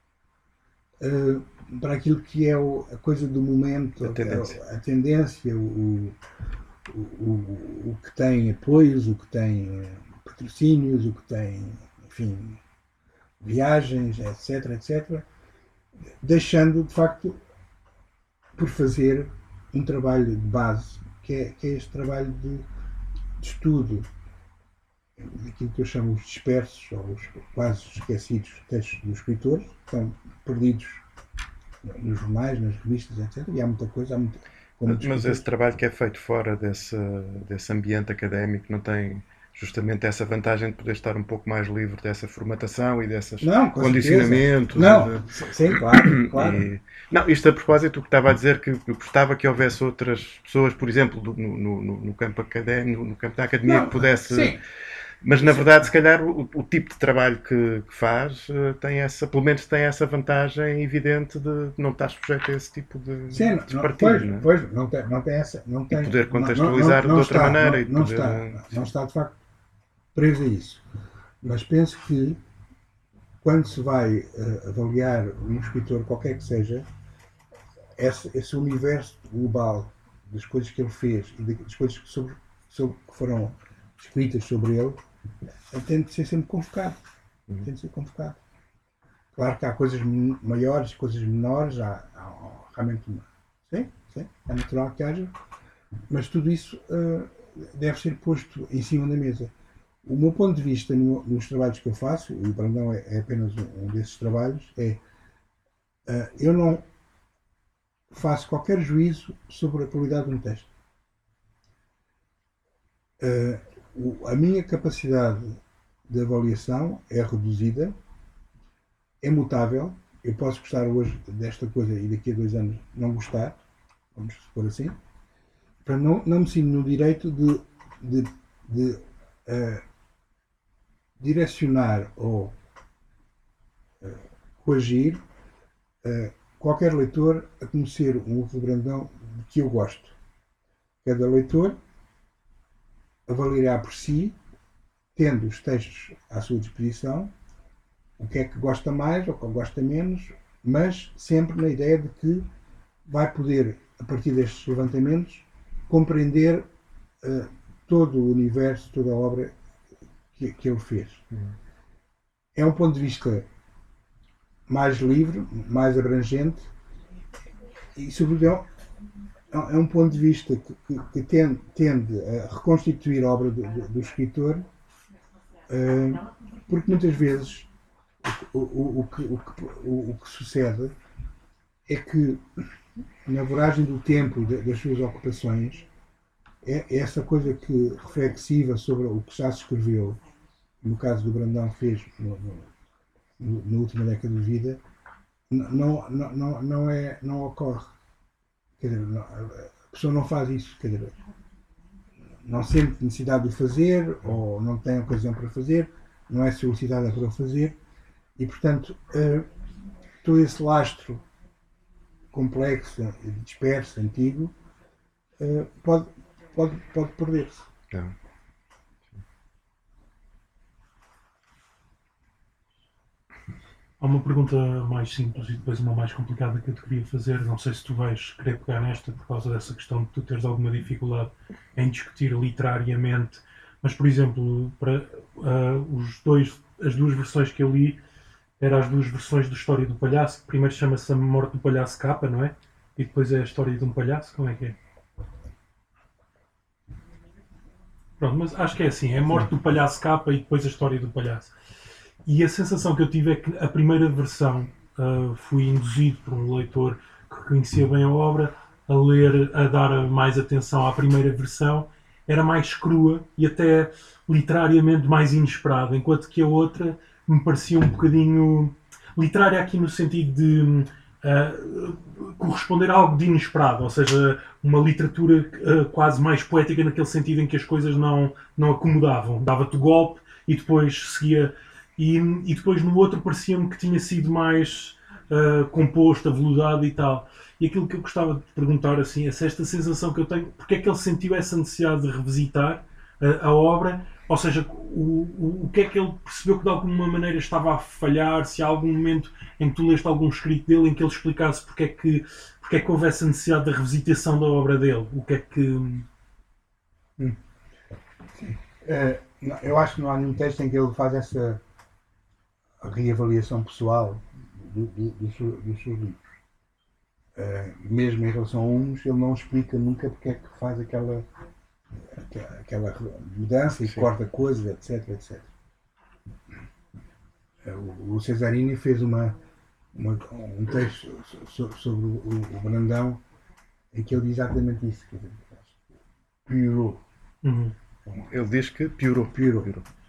uh, para aquilo que é o, a coisa do momento, a tendência, a, a tendência o, o, o, o que tem apoios, o que tem patrocínios, o que tem, enfim, viagens, etc, etcétera, deixando, de facto, por fazer um trabalho de base, que é, que é este trabalho de, de estudo daquilo que eu chamo os dispersos, ou os quase esquecidos textos dos escritores, que estão perdidos nos jornais, nas revistas, etcétera. E há muita coisa, há muita... Mas esse trabalho que é feito fora desse, desse ambiente académico não tem justamente essa vantagem de poder estar um pouco mais livre dessa formatação e desses Não, com condicionamentos. certeza. Não, de- sim, claro, claro. E- não, isto a propósito, o que estava a dizer que eu gostava que houvesse outras pessoas, por exemplo, do- no, no- no campo académico, no campo da academia, Não, que pudesse. sim. Mas na verdade, se calhar, o, o tipo de trabalho que, que faz eh, tem essa, pelo menos tem essa vantagem evidente de não estar sujeito a esse tipo de, Sim, de não, partido, pois, não é? pois, não tem, não tem essa. Não tem, poder não- não- contextualizar não- não de outra está, maneira Não, e não poder, está, eh, não está de facto preso a isso. Mas penso que quando se vai eh, avaliar um escritor, qualquer que seja, esse, esse universo global das coisas que ele fez e das coisas que, sobre, sobre- que foram escritas sobre ele, ele tem de ser sempre convocado. Tem de ser convocado. Claro que há coisas men- maiores, coisas menores, há, há- há realmente uma. Sim, sim, é natural que haja, mas tudo isso eh, deve ser posto em cima da mesa. O meu ponto de vista no- nos trabalhos que eu faço, e o Brandão é, é apenas um, um desses trabalhos, é eh, eu não faço qualquer juízo sobre a qualidade de um texto. Eh, o- a minha capacidade de avaliação é reduzida, é mutável. Eu posso gostar hoje desta coisa e daqui a dois anos não gostar, vamos supor assim. Para não, não me sinto no direito de, de, de eh, direcionar ou eh, coagir eh, qualquer leitor a conhecer um Hugo Brandão de que eu gosto. Cada leitor avaliará por si, tendo os textos à sua disposição, o que é que gosta mais ou o que gosta menos, mas sempre na ideia de que vai poder, a partir destes levantamentos, compreender uh, todo o universo, toda a obra que, que ele fez. Uhum. É um ponto de vista mais livre, mais abrangente e, sobretudo, é um ponto de vista que, que, que tende, tende a reconstituir a obra do, do, do escritor, uh, porque muitas vezes o, o, o, que, o, que, o, o que sucede é que na voragem do tempo e das suas ocupações, é essa coisa que reflexiva sobre o que já se escreveu, no caso do Brandão fez no, no, na última década de vida, não, não, não, não, é, não ocorre. Quer dizer, não, a pessoa não faz isso, quer dizer, não sente necessidade de o fazer, ou não tem ocasião para fazer, não é solicitada para o fazer, e portanto uh, todo esse lastro complexo, disperso, antigo, uh, pode, pode, pode perder-se. É. Há uma pergunta mais simples e depois uma mais complicada que eu te queria fazer. Não sei se tu vais querer pegar nesta por causa dessa questão de tu teres alguma dificuldade em discutir literariamente, mas, por exemplo, para uh, os dois, as duas versões que eu li, eram as duas versões da História do Palhaço, que primeiro chama-se A Morte do Palhaço Capa, não é? E depois é a História de um Palhaço, como é que é? Pronto, mas acho que é assim, é A Morte do Palhaço Capa e depois a História do Palhaço. E a sensação que eu tive é que a primeira versão uh, fui induzido por um leitor que conhecia bem a obra a ler, a dar mais atenção à primeira versão, era mais crua e até literariamente mais inesperada, enquanto que a outra me parecia um bocadinho literária aqui no sentido de uh, corresponder a algo de inesperado, ou seja, uma literatura uh, quase mais poética naquele sentido em que as coisas não, não acomodavam, dava-te o golpe e depois seguia. E, e depois no outro parecia-me que tinha sido mais uh, composto, aveludado e tal. E aquilo que eu gostava de perguntar assim, é se esta sensação que eu tenho, porque é que ele sentiu essa necessidade de revisitar uh, a obra, ou seja, o, o, o que é que ele percebeu que de alguma maneira estava a falhar, se há algum momento em que tu leste algum escrito dele em que ele explicasse porque é que, porque é que houve essa necessidade da revisitação da obra dele, o que é que... Hum. Sim. Uh, eu acho que não há nenhum texto em que ele faz essa reavaliação pessoal do, do, do seu, dos seus livros. Uh, mesmo em relação a uns, ele não explica nunca porque é que faz aquela, aquela mudança e Sim. corta coisas, etc, etcétera. Uh, o Cesarini fez uma, uma, um texto sobre o, o Brandão em que ele diz exatamente isso. Piorou. Uhum. Ele diz que piorou. Piorou.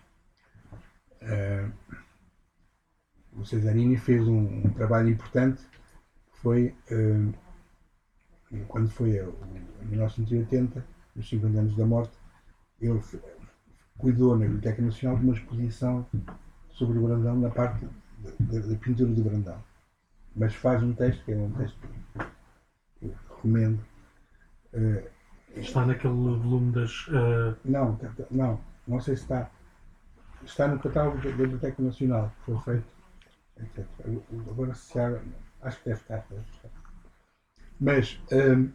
Uh, o Cesarini fez um, um trabalho importante, que foi uh, quando foi uh, em mil novecentos e oitenta, nos cinquenta anos da morte, ele cuidou na Biblioteca Nacional de uma exposição sobre o Brandão, na parte da pintura do Brandão. Mas faz um texto, que é um texto que eu recomendo. Uh, Está naquele volume das. Uh... Não, não, não sei se está. Está no catálogo da Biblioteca Nacional, que foi feito, etcétera. Agora, se há, acho que deve estar. Deve estar. Mas, hum,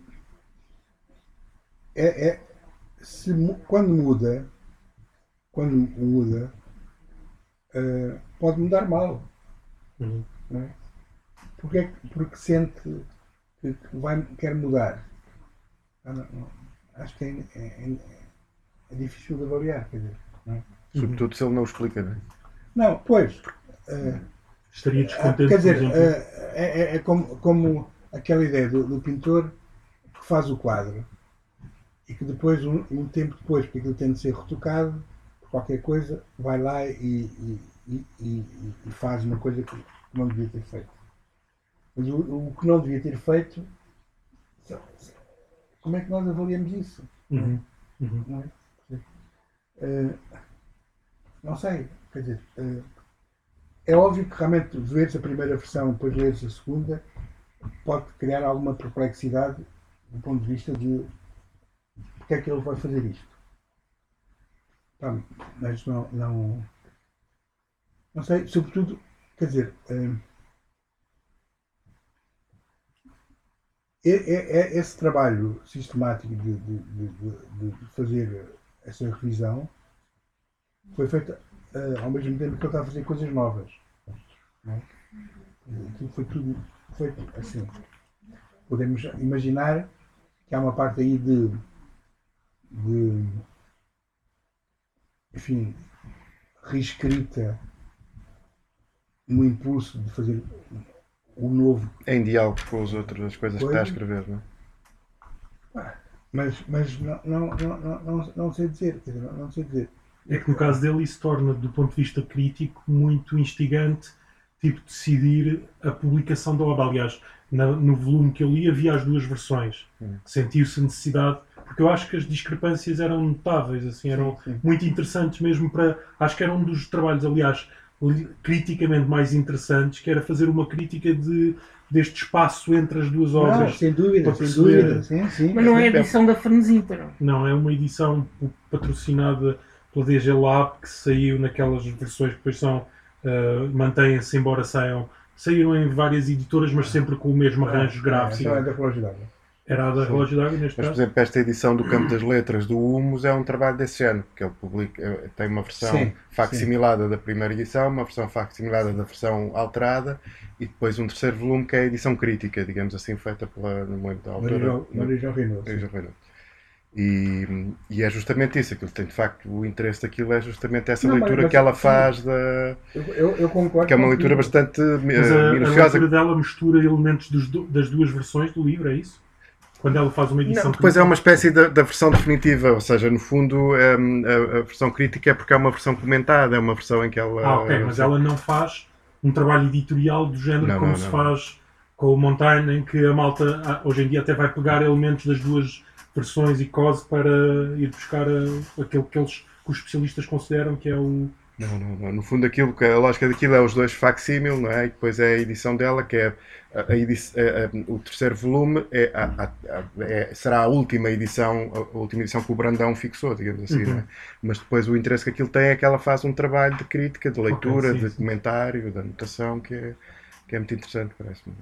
é, é, se, quando muda, quando muda, uh, pode mudar mal. Uhum. Não é? Porque, porque sente que, que vai, quer mudar. Ah, não, não, acho que é, é, é difícil de avaliar, quer dizer, não é? Sobretudo se ele não o explica, não é? Não, pois. Uh, Estaria descontente, quer dizer, por exemplo. Uh, é, é como, como aquela ideia do, do pintor que faz o quadro e que depois, um, um tempo depois, porque aquilo tem de ser retocado, por qualquer coisa, vai lá e, e, e, e, e faz uma coisa que não devia ter feito. Mas o, o que não devia ter feito, como é que nós avaliamos isso? Uhum. Uhum. Não é? Uh, não sei, quer dizer, uh, é óbvio que realmente ver-se a primeira versão e depois ler-se a segunda pode criar alguma perplexidade do ponto de vista de porque é que ele vai fazer isto. Tá, mas não, não, não sei, sobretudo, quer dizer, uh, é, é, é esse trabalho sistemático de, de, de, de fazer essa revisão foi feita uh, ao mesmo tempo que eu estava a fazer coisas novas. Não é? Aquilo foi tudo feito assim. Podemos imaginar que há uma parte aí de, de enfim, reescrita no impulso de fazer o novo. Em diálogo com as outras coisas Coisa. que está a escrever, não é? Mas, mas não, não, não, não, não, não sei dizer, quer dizer, não, não sei dizer. É que no caso dele isso torna, do ponto de vista crítico, muito instigante, tipo, decidir a publicação da obra. Aliás, na, no volume que eu li havia as duas versões. Hum. Sentiu-se necessidade, porque eu acho que as discrepâncias eram notáveis, assim, eram Sim, sim. muito interessantes mesmo para... Acho que era um dos trabalhos, aliás, li- criticamente mais interessantes, que era fazer uma crítica de, deste espaço entre as duas obras. Não, sem dúvida, para sem perceber- dúvida. Sim, sim. Mas não é a edição da Frenesita, não. Não, é uma edição patrocinada pela D G Lab, que saiu naquelas versões que depois são, uh, mantêm-se, embora saiam, saíram em várias editoras, mas sempre com o mesmo arranjo gráfico. Então é da Relógio d'Água. Era a da Relógio d'Água, neste Mas, por caso. exemplo, esta edição do Campo das Letras do Humus é um trabalho desse género, porque ele publica, eh, tem uma versão Sim, facsimilada da primeira edição, uma versão facsimilada da versão alterada e depois um terceiro volume que é a edição crítica, digamos assim, feita pela, não me lembro da autora, Maria João Reynoso. Maria João. E, e é justamente isso, aquilo tem de facto o interesse daquilo é justamente essa Não, mas- leitura mas- que ela sim. faz da, Eu, eu, eu concordo. que é uma com leitura tudo. bastante eh, Mas a, a minuciosa. leitura dela mistura elementos dos do- das duas versões do livro, é isso? Quando ela faz uma edição... Não, depois é crítica? uma espécie da, da versão definitiva, ou seja, no fundo hum, a, a versão crítica é porque é uma versão comentada, é uma versão em que ela... Ah, ok, mas ela não faz um trabalho editorial do género Não, como não, se não. faz com o Montaigne, em que a malta ah, hoje em dia até vai pegar elementos das duas versões e cose para ir buscar ah, aquilo que, eles, que os especialistas consideram que é o... Não, não, não. No fundo aquilo, que a lógica daquilo é os dois facsímil, não é? E depois é a edição dela, que é, a, a edi- a- a- o terceiro volume, é a- a- a- é- será a última edição, a última edição que o Brandão fixou, digamos assim, Uhum. não é? Mas depois o interesse que aquilo tem é que ela faz um trabalho de crítica, de leitura, sim, de sim. comentário, de anotação, que é, que é muito interessante, parece-me.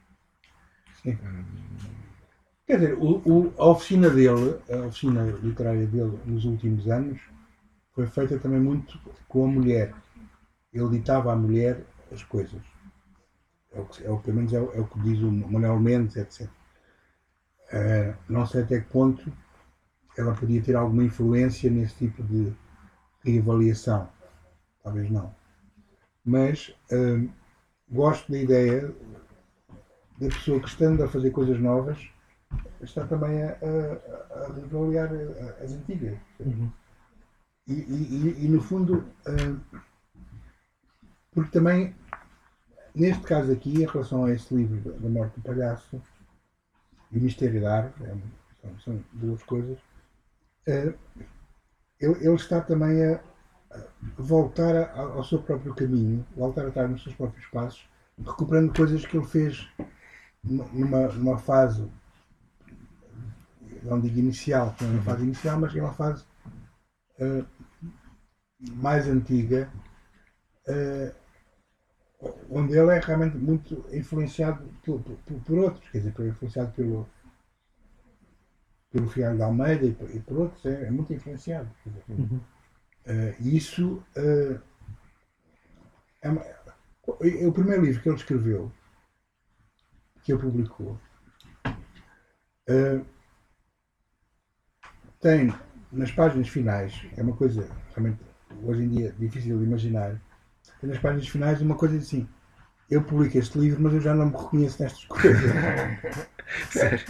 Quer dizer, o, o- a oficina dele, a oficina literária dele nos últimos anos, foi feita também muito com a mulher. Ele ditava à mulher as coisas. É o que, é o, pelo menos é, o- é o que diz o Manuel Mendes, etcétera. Eh, não sei até que ponto ela podia ter alguma influência nesse tipo de reavaliação. Talvez não. Mas eh, gosto da ideia da pessoa que, estando a fazer coisas novas, está também a, a, a reavaliar as antigas. Uhum. E, e, e no fundo, uh, porque também, neste caso aqui, em relação a esse livro da Morte do Palhaço e o Mistério da Árvore, é, são, são duas coisas, uh, ele, ele está também a, a voltar a, ao seu próprio caminho, voltar a estar nos seus próprios passos, recuperando coisas que ele fez numa, numa fase, não digo inicial, não é uma fase inicial, mas é uma fase uh, mais antiga, uh, onde ele é realmente muito influenciado por, por, por outros, quer dizer, influenciado pelo, pelo Fialho de Almeida e por, e por outros, é, é muito influenciado. Quer dizer, uhum. uh, isso uh, é, uma, é o primeiro livro que ele escreveu, que ele publicou. Uh, tem nas páginas finais, é uma coisa realmente hoje em dia difícil de imaginar, tem nas páginas finais uma coisa assim: eu publico este livro, mas eu já não me reconheço nestas coisas. Sério?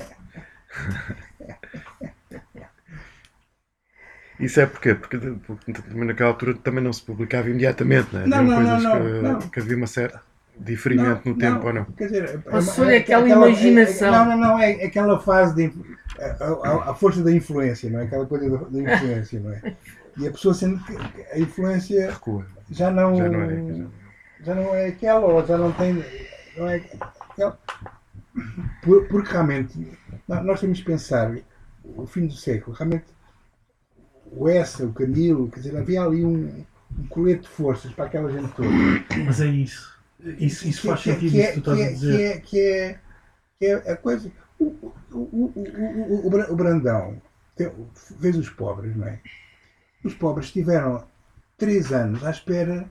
Isso é porquê? Porque, porque também naquela altura também não se publicava imediatamente, não é? Não, Haviam não, coisas não, que, não. que havia uma certa diferimento não, no tempo, não, ou não? Quer dizer, Passou é, é, aquela aquela, imaginação. É, é, não, não, não, é aquela fase de a, a, a força da influência, não é? Aquela coisa da, da influência, não é? E a pessoa sente que a influência recua. Já não, já não é, já não é aquela, ou já não tem, não é aquela. Por, porque realmente nós temos que pensar o fim do século, realmente o Essa, o Camilo, quer dizer, havia ali um, um colete de forças para aquela gente toda. Mas é isso. Isso, isso que, faz que, sentido, que, isso que tu estás que, a dizer. Que é, que é, que é a coisa. O, o, o, o, o, o Brandão fez os pobres, não é? Os pobres tiveram três anos à espera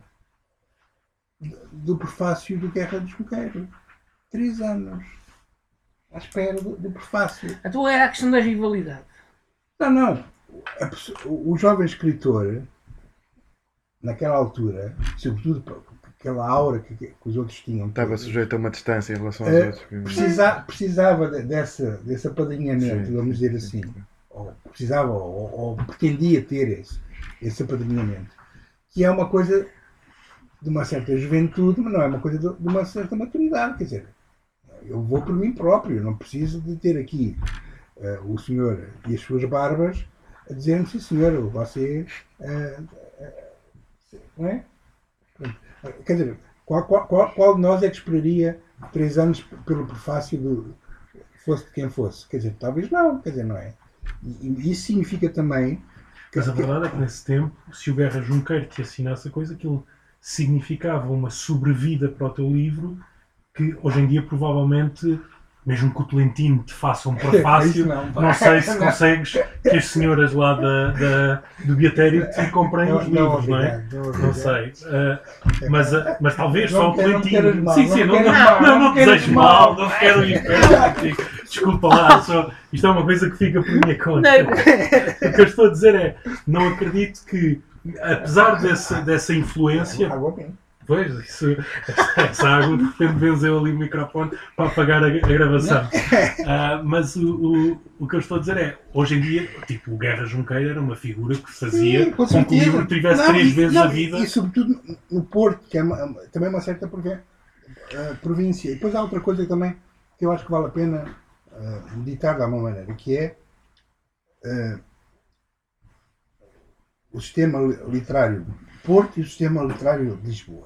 do prefácio do Guerra dos Coqueiros. Três anos à espera do, do prefácio. Então era a questão da rivalidade. Não, não. A pessoa, o jovem escritor, naquela altura, sobretudo aquela aura que, que os outros tinham, estava sujeito a uma distância em relação aos uh, outros. Precisa, precisava de, dessa, desse apadrinhamento, sim, vamos dizer sim, assim. sim. Ou precisava, ou, ou pretendia ter esse, esse apadrinhamento. Que é uma coisa de uma certa juventude, mas não é uma coisa de, de uma certa maturidade. Quer dizer, eu vou por mim próprio, não preciso de ter aqui uh, o senhor e as suas barbas a dizer-me: sim senhor, você uh, uh, não é? Quer dizer, qual, qual, qual de nós é que esperaria três anos pelo prefácio do, fosse de quem fosse? Quer dizer, talvez não, quer dizer, não é? E, e isso significa também que, mas a verdade é que nesse tempo, se o Guerra Junqueiro te assinasse a coisa, aquilo significava uma sobrevida para o teu livro que hoje em dia provavelmente, mesmo que o Tolentino te faça um prefácio, não, não sei se consegues que as senhoras lá da, da, do Beatério te comprem não, os não, livros, não é? Não, não, Não sei. Uh, mas, uh, mas talvez não só o quero, Tolentino. não Sim, sim, não, quero não, mal, não, não, não te quero desejo mal. mal, não quero ir perto. Desculpa lá, só, isto é uma coisa que fica por minha conta. O que eu estou a dizer é, não acredito que, apesar dessa, dessa influência. Pois, isso, essa, essa água de repente benzeu ali o microfone para apagar a, a gravação. Uh, mas o, o, o que eu estou a dizer é, hoje em dia, tipo, o Guerra Junqueiro era uma figura que fazia Sim, com, com que o livro tivesse não, três e, vezes não, a vida. E, e sobretudo no Porto, que é uma, também uma certa província. Uh, província. E depois há outra coisa também que eu acho que vale a pena uh, meditar de alguma maneira, que é uh, o sistema literário de Porto e o sistema literário de Lisboa.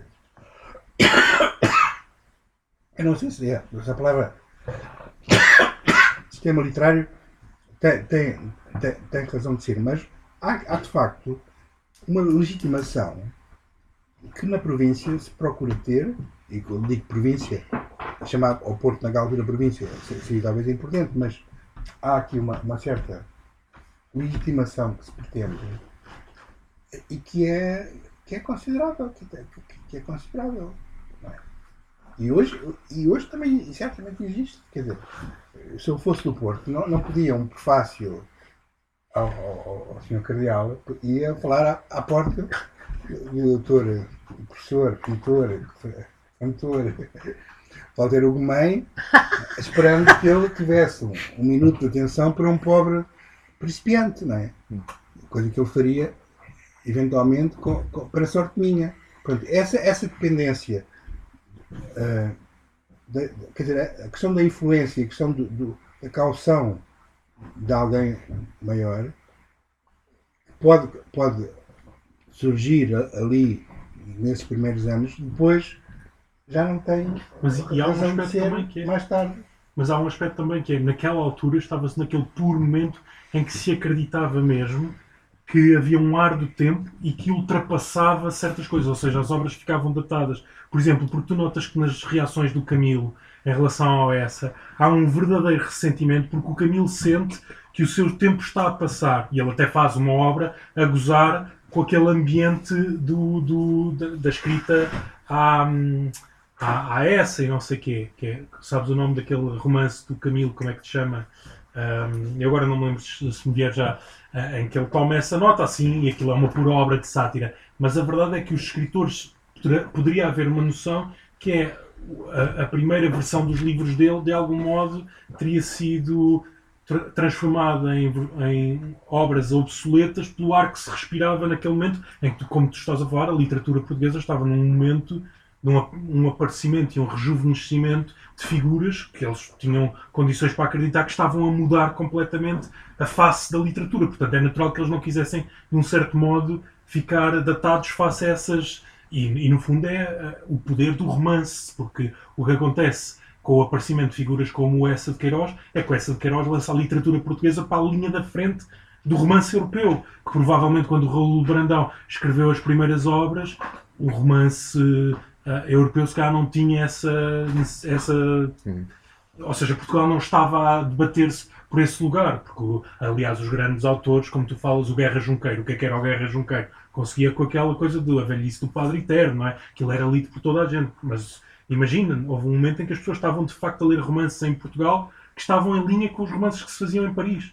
Eu não sei se é essa palavra sistema literário tem, tem, tem, tem razão de ser, mas há, há de facto uma legitimação que na província se procura ter, e quando digo província, chamado ao Porto na altura província, seria talvez importante, mas há aqui uma, uma certa legitimação que se pretende e que é, que é considerável, que, que é considerável. Não é? E, hoje, e hoje também certamente existe. Quer dizer, se eu fosse do Porto, não, não podia um prefácio ao, ao, ao senhor Cardeal, ia falar à, à porta do doutor, professor, pintor, cantor, Walter Ugumem, esperando que ele tivesse um, um minuto de atenção para um pobre principiante, não é? coisa que ele faria, eventualmente, com, com, para sorte minha. Portanto, essa, essa dependência, uh, de, de, quer dizer, a questão da influência, a questão do, do, da caução de alguém maior, pode, pode surgir ali nesses primeiros anos, depois já não tem Mas e há um razão de aspecto ser também que é, mais tarde. mas há um aspecto também que é, naquela altura estava-se naquele puro momento em que se acreditava mesmo que havia um ar do tempo e que ultrapassava certas coisas, ou seja, as obras ficavam datadas. Por exemplo, porque tu notas que nas reações do Camilo em relação a essa, há um verdadeiro ressentimento porque o Camilo sente que o seu tempo está a passar e ele até faz uma obra a gozar com aquele ambiente do, do, da, da escrita à, à, à essa e não sei o quê. Que é, sabes o nome daquele romance do Camilo, como é que te chama? Um, eu agora não me lembro se, se me vier já, uh, em que ele toma essa nota assim e aquilo é uma pura obra de sátira. Mas a verdade é que os escritores, poder, poderia haver uma noção que é a, a primeira versão dos livros dele, de algum modo, teria sido tra- transformada em, em obras obsoletas pelo ar que se respirava naquele momento em que, como tu estás a falar, a literatura portuguesa estava num momento de um, um aparecimento e um rejuvenescimento de figuras que eles tinham condições para acreditar que estavam a mudar completamente a face da literatura. Portanto, é natural que eles não quisessem, de um certo modo, ficar datados face a essas... E, e no fundo é uh, o poder do romance, porque o que acontece com o aparecimento de figuras como o Essa de Queiroz é que o Essa de Queiroz lança a literatura portuguesa para a linha da frente do romance europeu, que provavelmente quando o Raul Brandão escreveu as primeiras obras, o romance uh, europeu se calhar não tinha essa... essa Hum. Ou seja, Portugal não estava a debater-se por esse lugar, porque, aliás, os grandes autores, como tu falas, o Guerra Junqueiro, o que é que era o Guerra Junqueiro? Conseguia com aquela coisa da velhice do Padre Eterno, não é? Aquilo era lido por toda a gente, mas imagina, houve um momento em que as pessoas estavam de facto a ler romances em Portugal que estavam em linha com os romances que se faziam em Paris.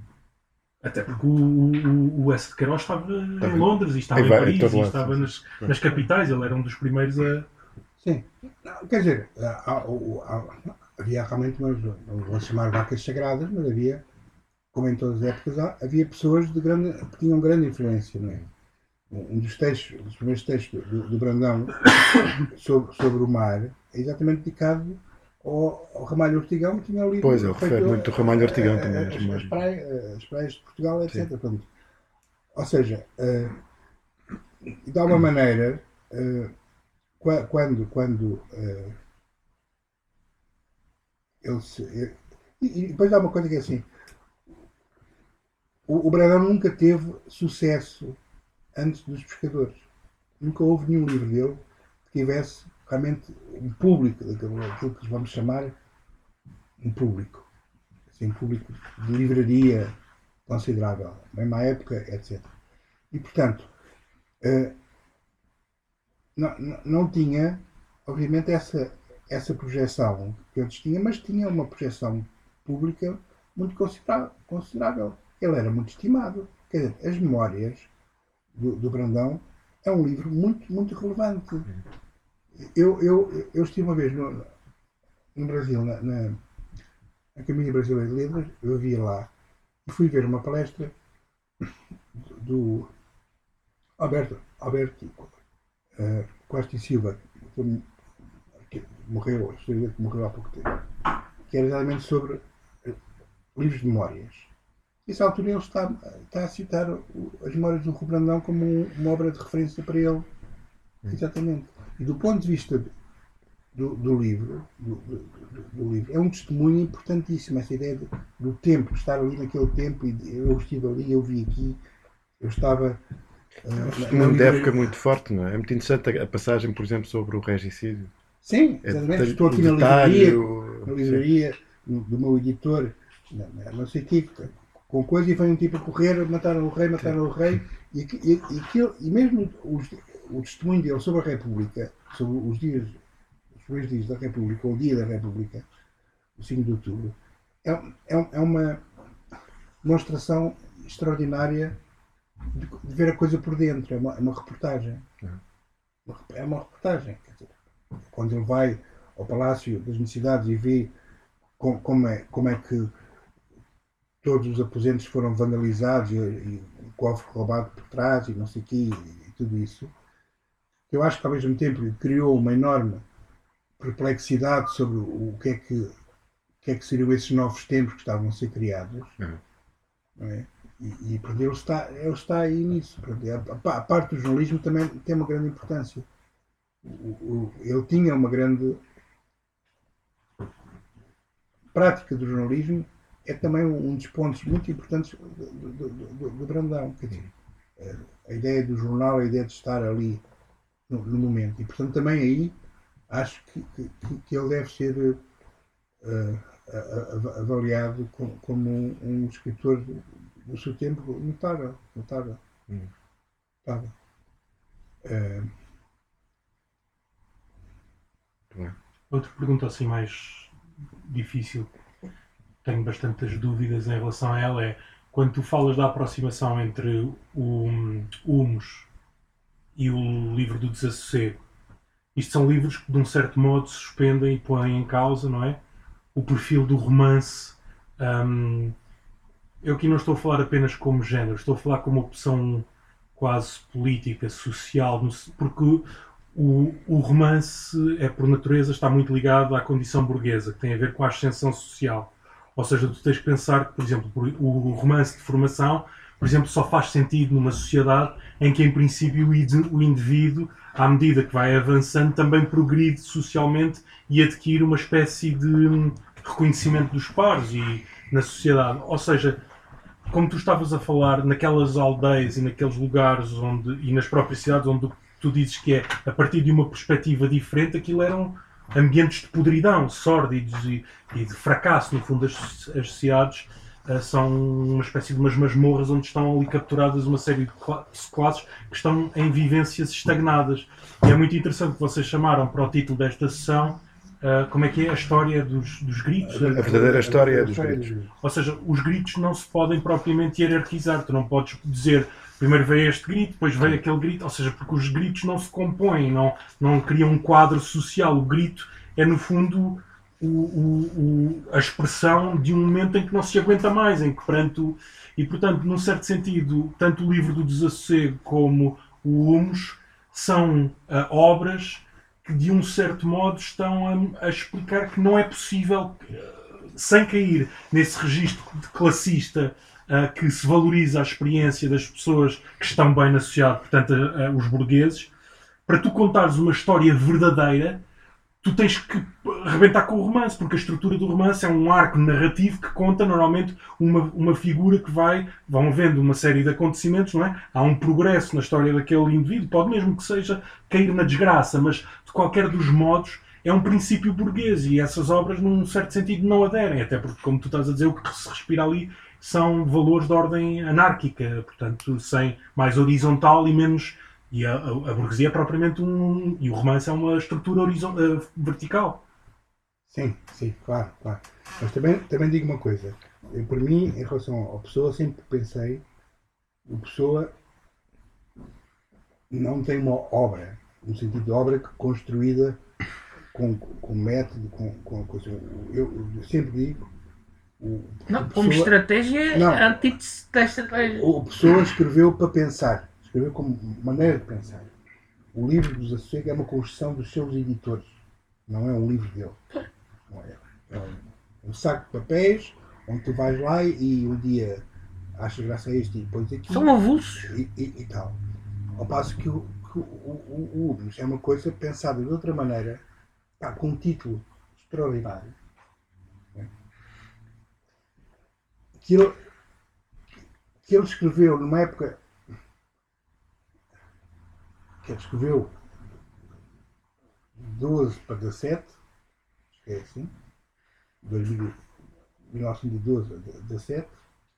Até porque o, o, o S. de Queiroz estava em Londres e estava em, em Paris todo e lado, estava sim, nas, sim. nas capitais, ele era um dos primeiros a... Sim. Não, quer dizer, há, há, há, havia realmente, umas, não vou chamar vacas sagradas, mas havia, como em todas as épocas, havia pessoas de grande, que tinham grande influência, não é? Um dos textos, dos primeiros textos do, do Brandão sobre, sobre o mar é exatamente dedicado ao, ao Ramalho Ortigão, que tinha lido. Pois, ele refere muito o Ramalho Ortigão também. As, as, praias, as praias de Portugal, etcétera. Portanto, ou seja, uh, de alguma maneira, uh, quando, quando uh, ele se. E, e depois há uma coisa que é assim: o, o Brandão nunca teve sucesso antes dos pescadores. Nunca houve nenhum livro dele que tivesse realmente um público, aquilo que vamos chamar um público. Assim, um público de livraria considerável, mesmo à época, etcétera. E, portanto, uh, não, não, não tinha, obviamente, essa, essa projeção que eles tinham, mas tinha uma projeção pública muito considerável. Ele era muito estimado. Quer dizer, as memórias Do, do Brandão é um livro muito, muito relevante. Eu, eu, eu estive uma vez no, no Brasil, na, na Academia Brasileira de Letras, eu havia lá e fui ver uma palestra do Alberto, Alberto uh, Costa e Silva, que morreu, que morreu há pouco tempo, que era exatamente sobre livros de memórias. Nessa altura ele está, está a citar o, as memórias do Rui Brandão como um, uma obra de referência para ele. Exatamente. E do ponto de vista do, do livro, do, do, do livro, é um testemunho importantíssimo, essa ideia de, do tempo, estar ali naquele tempo, e eu estive ali, eu vi aqui, eu estava... Uh, é um testemunho de época muito forte, não é? É muito interessante a passagem, por exemplo, sobre o regicídio. Sim, exatamente. É, Estou aqui na detalhe, livraria, o... na livraria no, do meu editor, não, não sei o que, com coisa, e vem um tipo a correr, mataram o rei, mataram Sim. o rei, e, e, e, aquilo, e mesmo os, o testemunho dele sobre a República, sobre os dias, os primeiros dias da República, ou o dia da República, o cinco de outubro, é, é, é uma demonstração extraordinária de, de ver a coisa por dentro, é uma, é uma reportagem. Uhum. É uma reportagem. Quer dizer, quando ele vai ao Palácio das Necessidades e vê como, como, é, como é que todos os aposentos foram vandalizados e, e o cofre roubado por trás e não sei o quê, e, e tudo isso. Eu acho que ao mesmo tempo criou uma enorme perplexidade sobre o, o que é que, o que é que seriam esses novos tempos que estavam a ser criados. Uhum. Não é? E, e pronto, ele, está, ele está aí nisso. Pronto. A, a parte do jornalismo também tem uma grande importância. O, o, ele tinha uma grande prática do jornalismo, é também um dos pontos muito importantes do, do, do, do Brandão. Quer dizer, a ideia do jornal, a ideia de estar ali no, no momento. E portanto também aí acho que, que, que ele deve ser uh, avaliado como, como um, um escritor do seu tempo notável. notável, hum. notável. Uh, Outra pergunta assim mais difícil, tenho bastantes dúvidas em relação a ela, é quando tu falas da aproximação entre o Humus e o livro do Desassossego, isto são livros que de um certo modo suspendem e põem em causa, não é? O perfil do romance. Um, eu aqui não estou a falar apenas como género, estou a falar como opção quase política, social, porque o, o romance é por natureza, está muito ligado à condição burguesa, que tem a ver com a ascensão social. Ou seja, tu tens que pensar que, por exemplo, o romance de formação, por exemplo, só faz sentido numa sociedade em que, em princípio, o indivíduo, à medida que vai avançando, também progride socialmente e adquire uma espécie de reconhecimento dos pares e na sociedade. Ou seja, como tu estavas a falar, naquelas aldeias e naqueles lugares onde, e nas próprias cidades onde tu dizes que é a partir de uma perspectiva diferente, aquilo eram ambientes de podridão, sórdidos e, e de fracasso. No fundo, as, as sociedades uh, são uma espécie de umas masmorras onde estão ali capturadas uma série de classes que estão em vivências estagnadas. E é muito interessante que vocês chamaram para o título desta sessão uh, como é que é a história dos, dos gritos. A verdadeira história é dos gritos. Ou seja, os gritos não se podem propriamente hierarquizar. Tu não podes dizer primeiro veio este grito, depois veio aquele grito, ou seja, porque os gritos não se compõem, não, não criam um quadro social. O grito é, no fundo, o, o, o, a expressão de um momento em que não se aguenta mais, em que perante o, e, portanto, num certo sentido, tanto o livro do Desassossego como o Humus são uh, obras que, de um certo modo, estão a, a explicar que não é possível, uh, sem cair nesse registro de classista, Uh, que se valoriza a experiência das pessoas que estão bem na sociedade, portanto, uh, uh, os burgueses, para tu contares uma história verdadeira, tu tens que arrebentar com o romance, porque a estrutura do romance é um arco narrativo que conta normalmente uma, uma figura que vai, vão havendo uma série de acontecimentos, não é? Há um progresso na história daquele indivíduo, pode mesmo que seja cair na desgraça, mas de qualquer dos modos é um princípio burguês e essas obras, num certo sentido, não aderem, até porque, como tu estás a dizer, o que se respira ali são valores de ordem anárquica, portanto, sem mais horizontal e menos. E a, a, a burguesia é propriamente um. E o romance é uma estrutura horizon, uh, vertical. Sim, sim, claro, claro. Mas também, também digo uma coisa. Eu, por mim, em relação ao Pessoa, sempre pensei que o Pessoa não tem uma obra, no sentido de obra construída com, com método, com, com coisa. Eu, eu sempre digo. O, não, o como Pessoa, estratégia, não, a antítese da estratégia. O Pessoa escreveu para pensar, escreveu como maneira de pensar. O livro do Desassossego é uma construção dos seus editores, não é um livro dele. Não é, é um, um saco de papéis onde tu vais lá e, e um dia achas graça a este e depois aqui. São avulsos. E, e, e tal. Ao passo que o, que o, o, o Humus é uma coisa pensada de outra maneira, pá, com um título extraordinário. Que ele, que ele escreveu numa época que ele escreveu doze para dezassete, é assim, mil novecentos e doze a dezassete,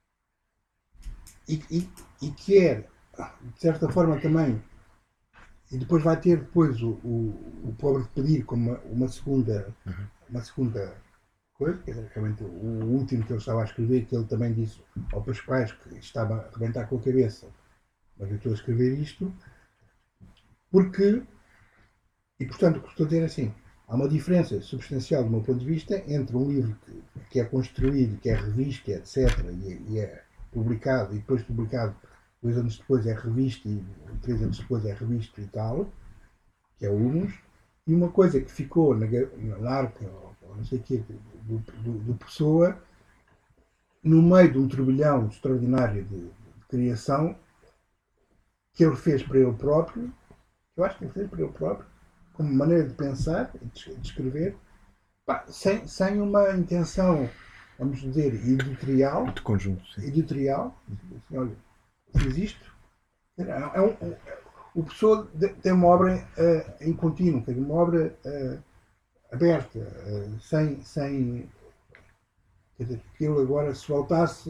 e, e, e que era, de certa forma também, e depois vai ter depois o, o, o Pobre de Pedir como uma, uma segunda, uma segunda coisa, que era realmente o último que ele estava a escrever, que ele também disse ao Pascoais que estava a arrebentar com a cabeça, mas eu estou a escrever isto porque, e portanto o que estou a dizer é assim, há uma diferença substancial, do meu ponto de vista, entre um livro que, que é construído, que é revisto, etcétera, e é, e é publicado, e depois publicado, dois anos depois é revisto, e três anos depois é revisto e tal, que é o Humus, e uma coisa que ficou na, na arca, ou, ou não sei o quê, do, do, do Pessoa, no meio de um turbilhão extraordinário de, de criação, que ele fez para ele próprio, eu acho que ele fez para ele próprio, como maneira de pensar e de escrever, pá, sem, sem uma intenção, vamos dizer, editorial, De conjunto, sim. editorial, assim, olha, fiz isto. É um, um, o Pessoa tem uma obra uh, em contínuo, tem uma obra uh, aberta, uh, sem, sem. Quer dizer, que ele agora, se voltasse,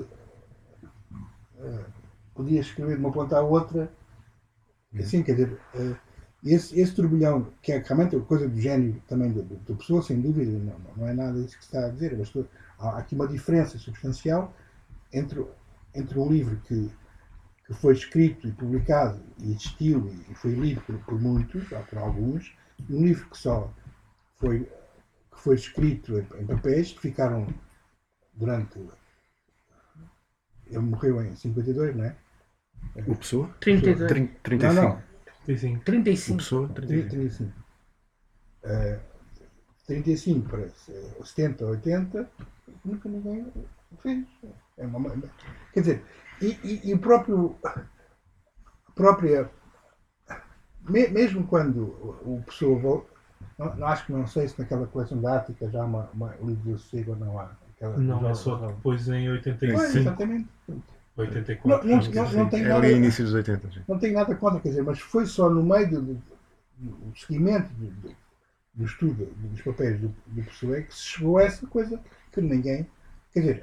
uh, podia escrever de uma ponta à outra, assim, quer dizer. Uh, Esse, esse turbilhão, que é realmente coisa do gênio também do, do Pessoa, sem dúvida, não, não é nada disso que se está a dizer, mas há aqui uma diferença substancial entre, entre um livro que, que foi escrito e publicado e existiu e foi lido por, por muitos, ou por alguns, e um livro que só foi, que foi escrito em, em papéis, que ficaram durante. Ele morreu em cinquenta e dois, não é? O Pessoa? trinta e dois. trinta e cinco. Não, não. Sim. trinta e O cinco. Pessoa, trinta e cinco. trinta e cinco. Uh, trinta e cinco para setenta, oitenta, nunca ninguém fez. É uma, quer dizer, e, e, e o próprio. A própria. Me, mesmo quando o Pessoa volta. Não, não, acho que não sei se naquela coleção da Ática já há uma, uma livro do Sossego ou não há. Aquela, Não, é só depois em oitenta e Pois, cinco, exatamente. oitenta e Não, quatro. não, vamos não, dizer. não tem É nada. ali início dos oitenta, sim. Não tenho nada contra, quer dizer, mas foi só no meio do, do, do seguimento do, do, do estudo dos papéis do, do Pessoa que se chegou a essa coisa que ninguém. Quer dizer,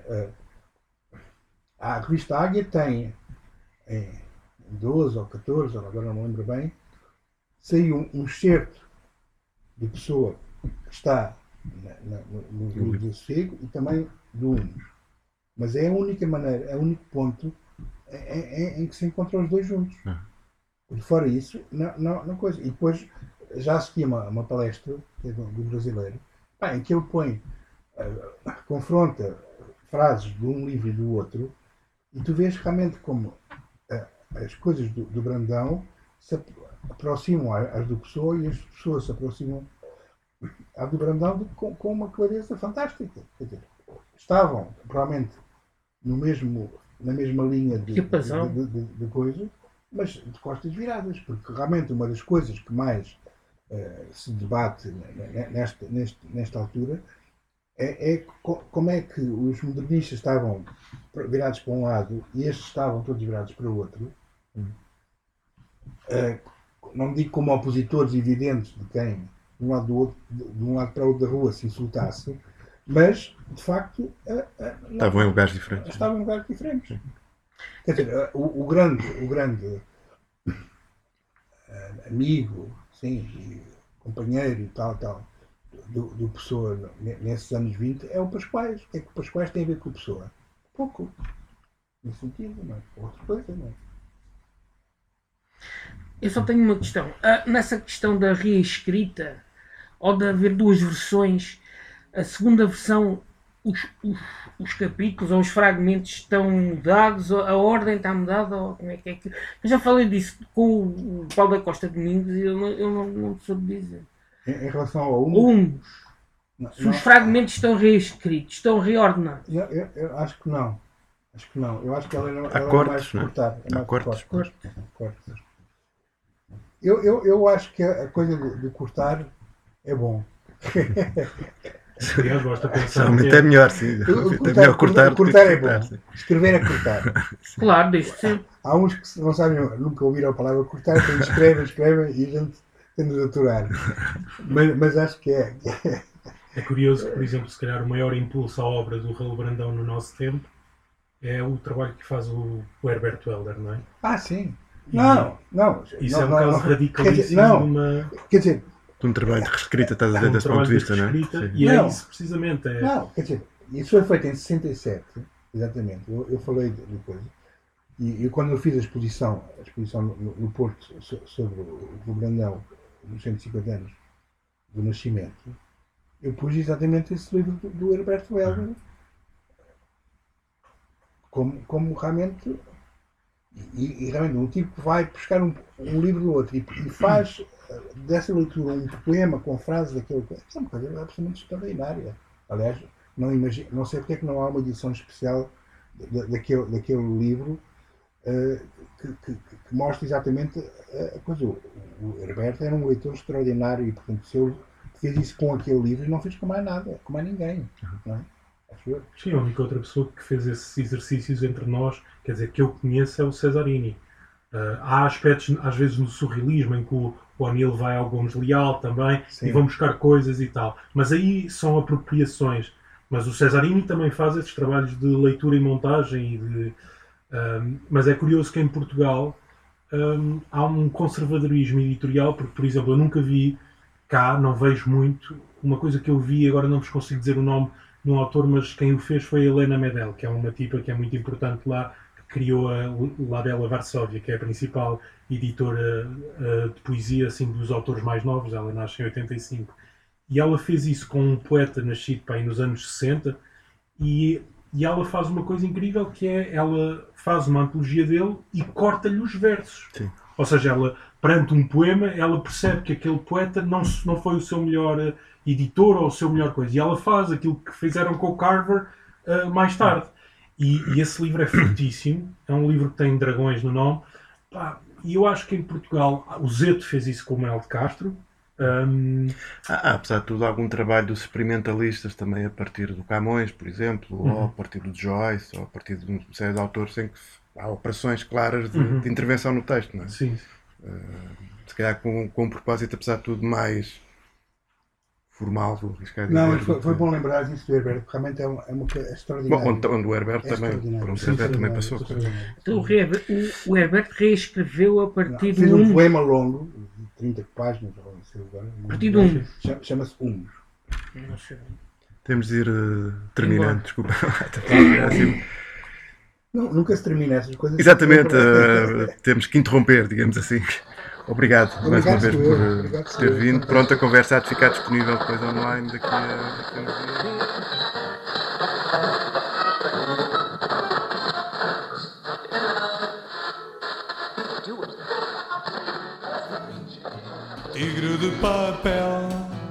a, a revista Águia tem em doze ou catorze, agora não me lembro bem, saiu um, um excerto de Pessoa que está na, na, no, no livro do Sossego e também do Humus. Mas é a única maneira, é o único ponto em, em, em que se encontram os dois juntos. Ah. Por fora isso, não, não, não coisa. E depois já assisti a uma, uma palestra que é do, do brasileiro, pá, em que ele põe, uh, confronta frases de um livro e do outro, e tu vês realmente como uh, as coisas do, do Brandão se aproximam às do Pessoa e as pessoas se aproximam à do Brandão de, com, com uma clareza fantástica. Quer dizer, estavam provavelmente no mesmo, na mesma linha de, de, de, de, de coisa, mas de costas viradas, porque realmente uma das coisas que mais uh, se debate nesta, nesta, nesta altura é, é como é que os modernistas estavam virados para um lado e estes estavam todos virados para o outro. Uh, não digo como opositores evidentes de quem de um lado, do outro, de um lado para o outro da rua se insultasse, mas de facto uh, uh, estavam em lugares diferentes. Estavam em lugares diferentes. Quer dizer, uh, o, o grande, o grande uh, amigo, sim, e companheiro e tal, tal, do, do Pessoa nesses anos vinte é o Pascoais. O que é que o Pascoais tem a ver com o Pessoa? Pouco. Nesse sentido, não é? Outra coisa, não é? Eu só tenho uma questão. Ah, nessa questão da reescrita, ou de haver duas versões, a segunda versão, os, os, os capítulos ou os fragmentos estão mudados, a ordem está mudada, ou como é que é que... Eu já falei disso com o Paulo da Costa Domingos e eu não, eu não, não soube dizer. Em, em relação ao Humus, Humus. não, Se não, os fragmentos estão reescritos, estão reordenados. eu, eu, eu acho que não. Acho que não. Eu acho que ela era, Há ela cortes, era mais não é? cortar. É Há mais cortes. cortes. Cortes. Eu, eu, eu acho que a coisa de, de cortar é bom. Aliás, basta pensar Realmente que é melhor, sim. Cortar, É melhor cortar do que cortar é cortar, bom. sim. Escrever é cortar. Claro, desde sempre. Há uns que não sabem, nunca ouviram a palavra cortar, então escrevem, escrevem e a gente tem de aturar. Mas, mas acho que é, que é. é curioso que, por exemplo, se calhar o maior impulso à obra do Raul Brandão no nosso tempo é o trabalho que faz o, o Herbert Welder, não é? Ah, sim. Não, não. Isso não, é um não, caso não. radicalíssimo Quer dizer, não, de uma... quer dizer, De um trabalho de reescrita, estás a de dizer, um desse ponto trabalho de vista, não é? reescrita, Sim. e é Não. isso precisamente. É, não, quer dizer, isso foi feito em sessenta e sete, exatamente. Eu, eu falei de, de coisa. E, e quando eu fiz a exposição, a exposição no, no Porto so, sobre o, o Brandão, nos cento e cinquenta anos do Nascimento, eu pus exatamente esse livro do, do Herberto Helder como, como realmente e, e realmente um tipo que vai buscar um, um livro do outro e, e faz dessa leitura um poema com frases daquele é uma coisa absolutamente extraordinária. Aliás, não, imagino, não sei porque é que não há uma edição especial da, daquele, daquele livro uh, que, que, que mostra exatamente a coisa. O, o Herberto era um leitor extraordinário e, portanto, se ele fez isso com aquele livro, não fez com mais nada, com mais ninguém. Não é? Sim, a única outra pessoa que fez esses exercícios entre nós, quer dizer, que eu conheço, é o Cesarini. Uh, há aspectos, às vezes, no surrealismo, em que o, o O'Neill vai ao Gomes Leal também, Sim. e vão buscar coisas e tal. Mas aí são apropriações. Mas o Cesarini também faz esses trabalhos de leitura e montagem. E de, um, mas é curioso que em Portugal um, há um conservadorismo editorial, porque, por exemplo, eu nunca vi cá, não vejo muito, uma coisa que eu vi, agora não vos consigo dizer o nome num autor, mas quem o fez foi a Helena Medel, que é uma tipa que é muito importante lá, que criou a Labela Varsóvia, que é a principal editora uh, de poesia assim, dos autores mais novos. Ela nasce em oitenta e cinco. E ela fez isso com um poeta nascido pá, nos anos sessenta, e, e ela faz uma coisa incrível, que é, ela faz uma antologia dele e corta-lhe os versos. Sim. Ou seja, ela, perante um poema, ela percebe que aquele poeta não, não foi o seu melhor uh, editor ou o seu melhor coisa. E ela faz aquilo que fizeram com o Carver uh, mais tarde. E, e esse livro é fortíssimo. É um livro que tem dragões no nome. Pá, e eu acho que em Portugal, o Zeto fez isso com o Manuel de Castro. Um... Há, apesar de tudo, algum trabalho dos experimentalistas também a partir do Camões, por exemplo, uhum. ou a partir do Joyce, ou a partir de uma série de autores em que há operações claras de, uhum. de intervenção no texto, não é? Sim. Uh, se calhar com, com um propósito, apesar de tudo, mais formal, vou arriscar dizer. Não, foi, foi bom lembrar disso do Herberto, realmente é uma, é uma coisa extraordinária. Bom, onde, onde o Herberto é também, por onde o Herberto também passou. Então, o, o, o Herberto reescreveu a partir não, de um... um poema longo, de trinta páginas, ou não sei agora. A partir de um. Chama-se Humus. Temos de ir uh, terminando, desculpa. Não, nunca se termina essas coisas. Exatamente, uh, temos que interromper, digamos assim. Obrigado, Obrigado mais uma vez por, Obrigado, por ter eu. vindo. Pronto, a conversa há de ficar disponível depois online daqui a, daqui a uns dias. Tigre de papel